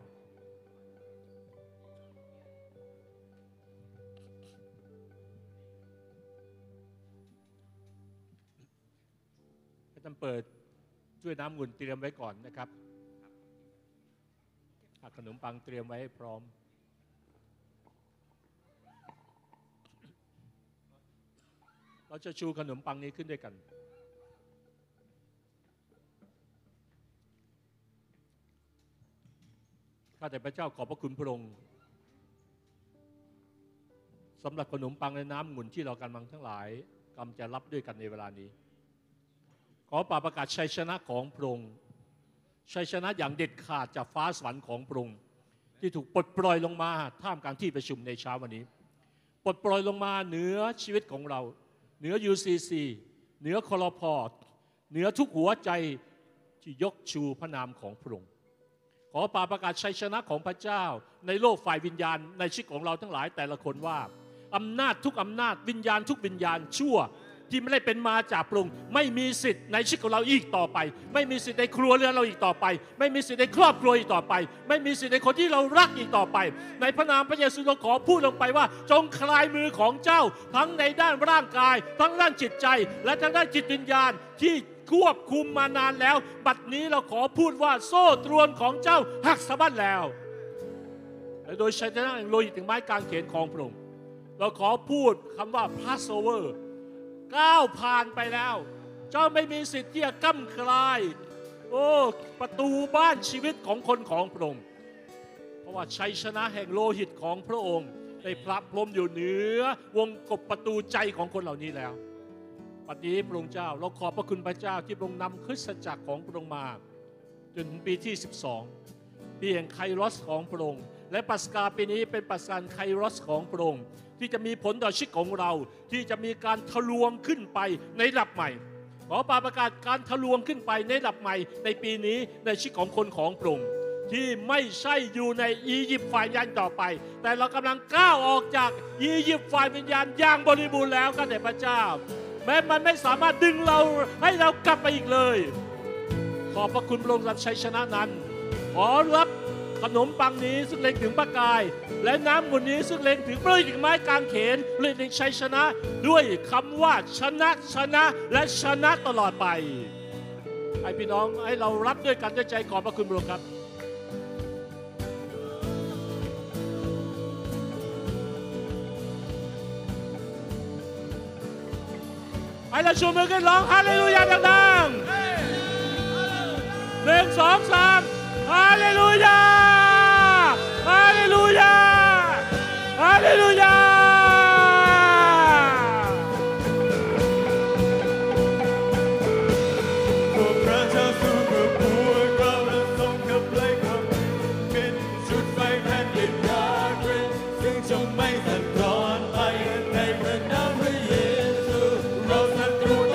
S3: ให้ท่านเปิดช่วยน้ำองุ่นเตรียมไว้ก่อนนะครับขนมปังเตรียมไว้ให้พร้อมเราจะชูขนมปังนี้ขึ้นด้วยกันข้าแต่พระเจ้าขอบพระคุณพระองค์สำหรับขนมปังและน้ำองุ่นที่เรากำลังทั้งหลายกำลังจะรับด้วยกันในเวลานี้ขอประกาศชัยชนะของพระองค์ชัยชนะอย่างเด็ดขาดจากฟ้าสวรรค์ของพระองค์ที่ถูกปลดปล่อยลงมาท่ามกลางที่ประชุมในเช้าวันนี้ปลดปล่อยลงมาเหนือชีวิตของเราเหนือ UCC เหนือคลพ.เหนือทุกหัวใจที่ยกชูพระนามของพระองค์ขอประกาศชัยชนะของพระเจ้าในโลกฝ่ายวิญญาณในชีวิตของเราทั้งหลายแต่ละคนว่าอำนาจทุกอำนาจวิญญาณทุกวิญญาณชั่วที่ไม่ได้เป็นมาจากพระองค์ไม่มีสิทธิ์ในชีวิตของเราอีกต่อไปไม่มีสิทธิ์ในครัวเรือนเราอีกต่อไปไม่มีสิทธิ์ในครอบครัวอีกต่อไปไม่มีสิทธิ์ในคนที่เรารักอีกต่อไปในพระนามพระเยซูเราขอพูดลงไปว่าจงคลายมือของเจ้าทั้งในด้านร่างกายทั้งด้านจิตใจและทั้งด้านจิตวิญญาณที่ควบคุมมานานแล้วบัดนี้เราขอพูดว่าโซ่ตรวนของเจ้าหักสะบั้นแล้วและโดยชัยชนะแห่งโลหิตถึงไม้กางเขนของพระองค์เราขอพูดคำว่า Passover ก้าวผ่านไปแล้วเจ้าไม่มีสิทธิ์ที่จะก้ำกลายประตูบ้านชีวิตของคนของพระองค์เพราะว่าชัยชนะแห่งโลหิตของพระองค์ได้พระพรหมอยู่เหนือวงกบประตูใจของคนเหล่านี้แล้วปัจจุบันพระองค์เจ้าเราขอบพระคุณพระเจ้าที่พระองค์นำคริสตจักรของพระองค์มาจนถึงปีที่12ปีแห่งไครอสของพระองค์และปัสกาปีนี้เป็นปัสกาไครอสของพระองค์ที่จะมีผลต่อชีวิตของเราที่จะมีการทะลวงขึ้นไปในระดับใหม่ขอประกาศการทะลวงขึ้นไปในระดับใหม่ในปีนี้ในชีวิตของคนของพระองค์ที่ไม่ใช่อยู่ในอียิปต์ฝ่ายวิญญาณต่อไปแต่เรากำลังก้าวออกจากอียิปต์ฝ่ายวิญญาณอย่างบริบูรณ์แล้วข้าแต่พระเจ้าแม้มันไม่สามารถดึงเราให้เรากลับไปอีกเลยขอบพระคุณพระองค์รับชัยชนะนั้นขอรับขนมปังนี้ซึ่งเล็งถึงพระกายและน้ำองุ่นนี้ซึ่งเล็งถึงเปลือยถึงไม้กางเขนเล็งถึงชัยชนะด้วยคำว่าชนะชนะและชนะตลอดไปให้พี่น้องให้เรารับด้วยกันด้วยใจขอบพระคุณพระองค์ครับให้เราชูมือขึ้นร้องฮาเลลูยาดังๆ1 2 3ฮาเลลูยาฮาเลลูยาฮาเลลูยา
S2: พวกพระเจ้าสู้เพื่อพวกเราและทรงขับไล่ความเป็นจุดไฟแผ่นดินราเกรนซึ่งจะไม่สั่นคลอนไปในพระนามพระเยซูเราศัตรู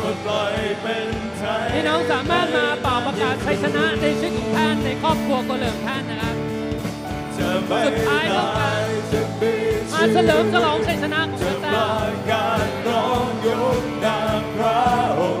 S2: ปล่อยเป็นไทย
S4: พี่น้องสามารถมาเป่าประกาศชัยชนะในชีวิตของท่านในครอบครัวคนเหลิมท่านนะครับสุดท้ายของการมาเฉลิมฉลองชัยชนะของพระเจ้า
S2: การร้องยกนามพระองค์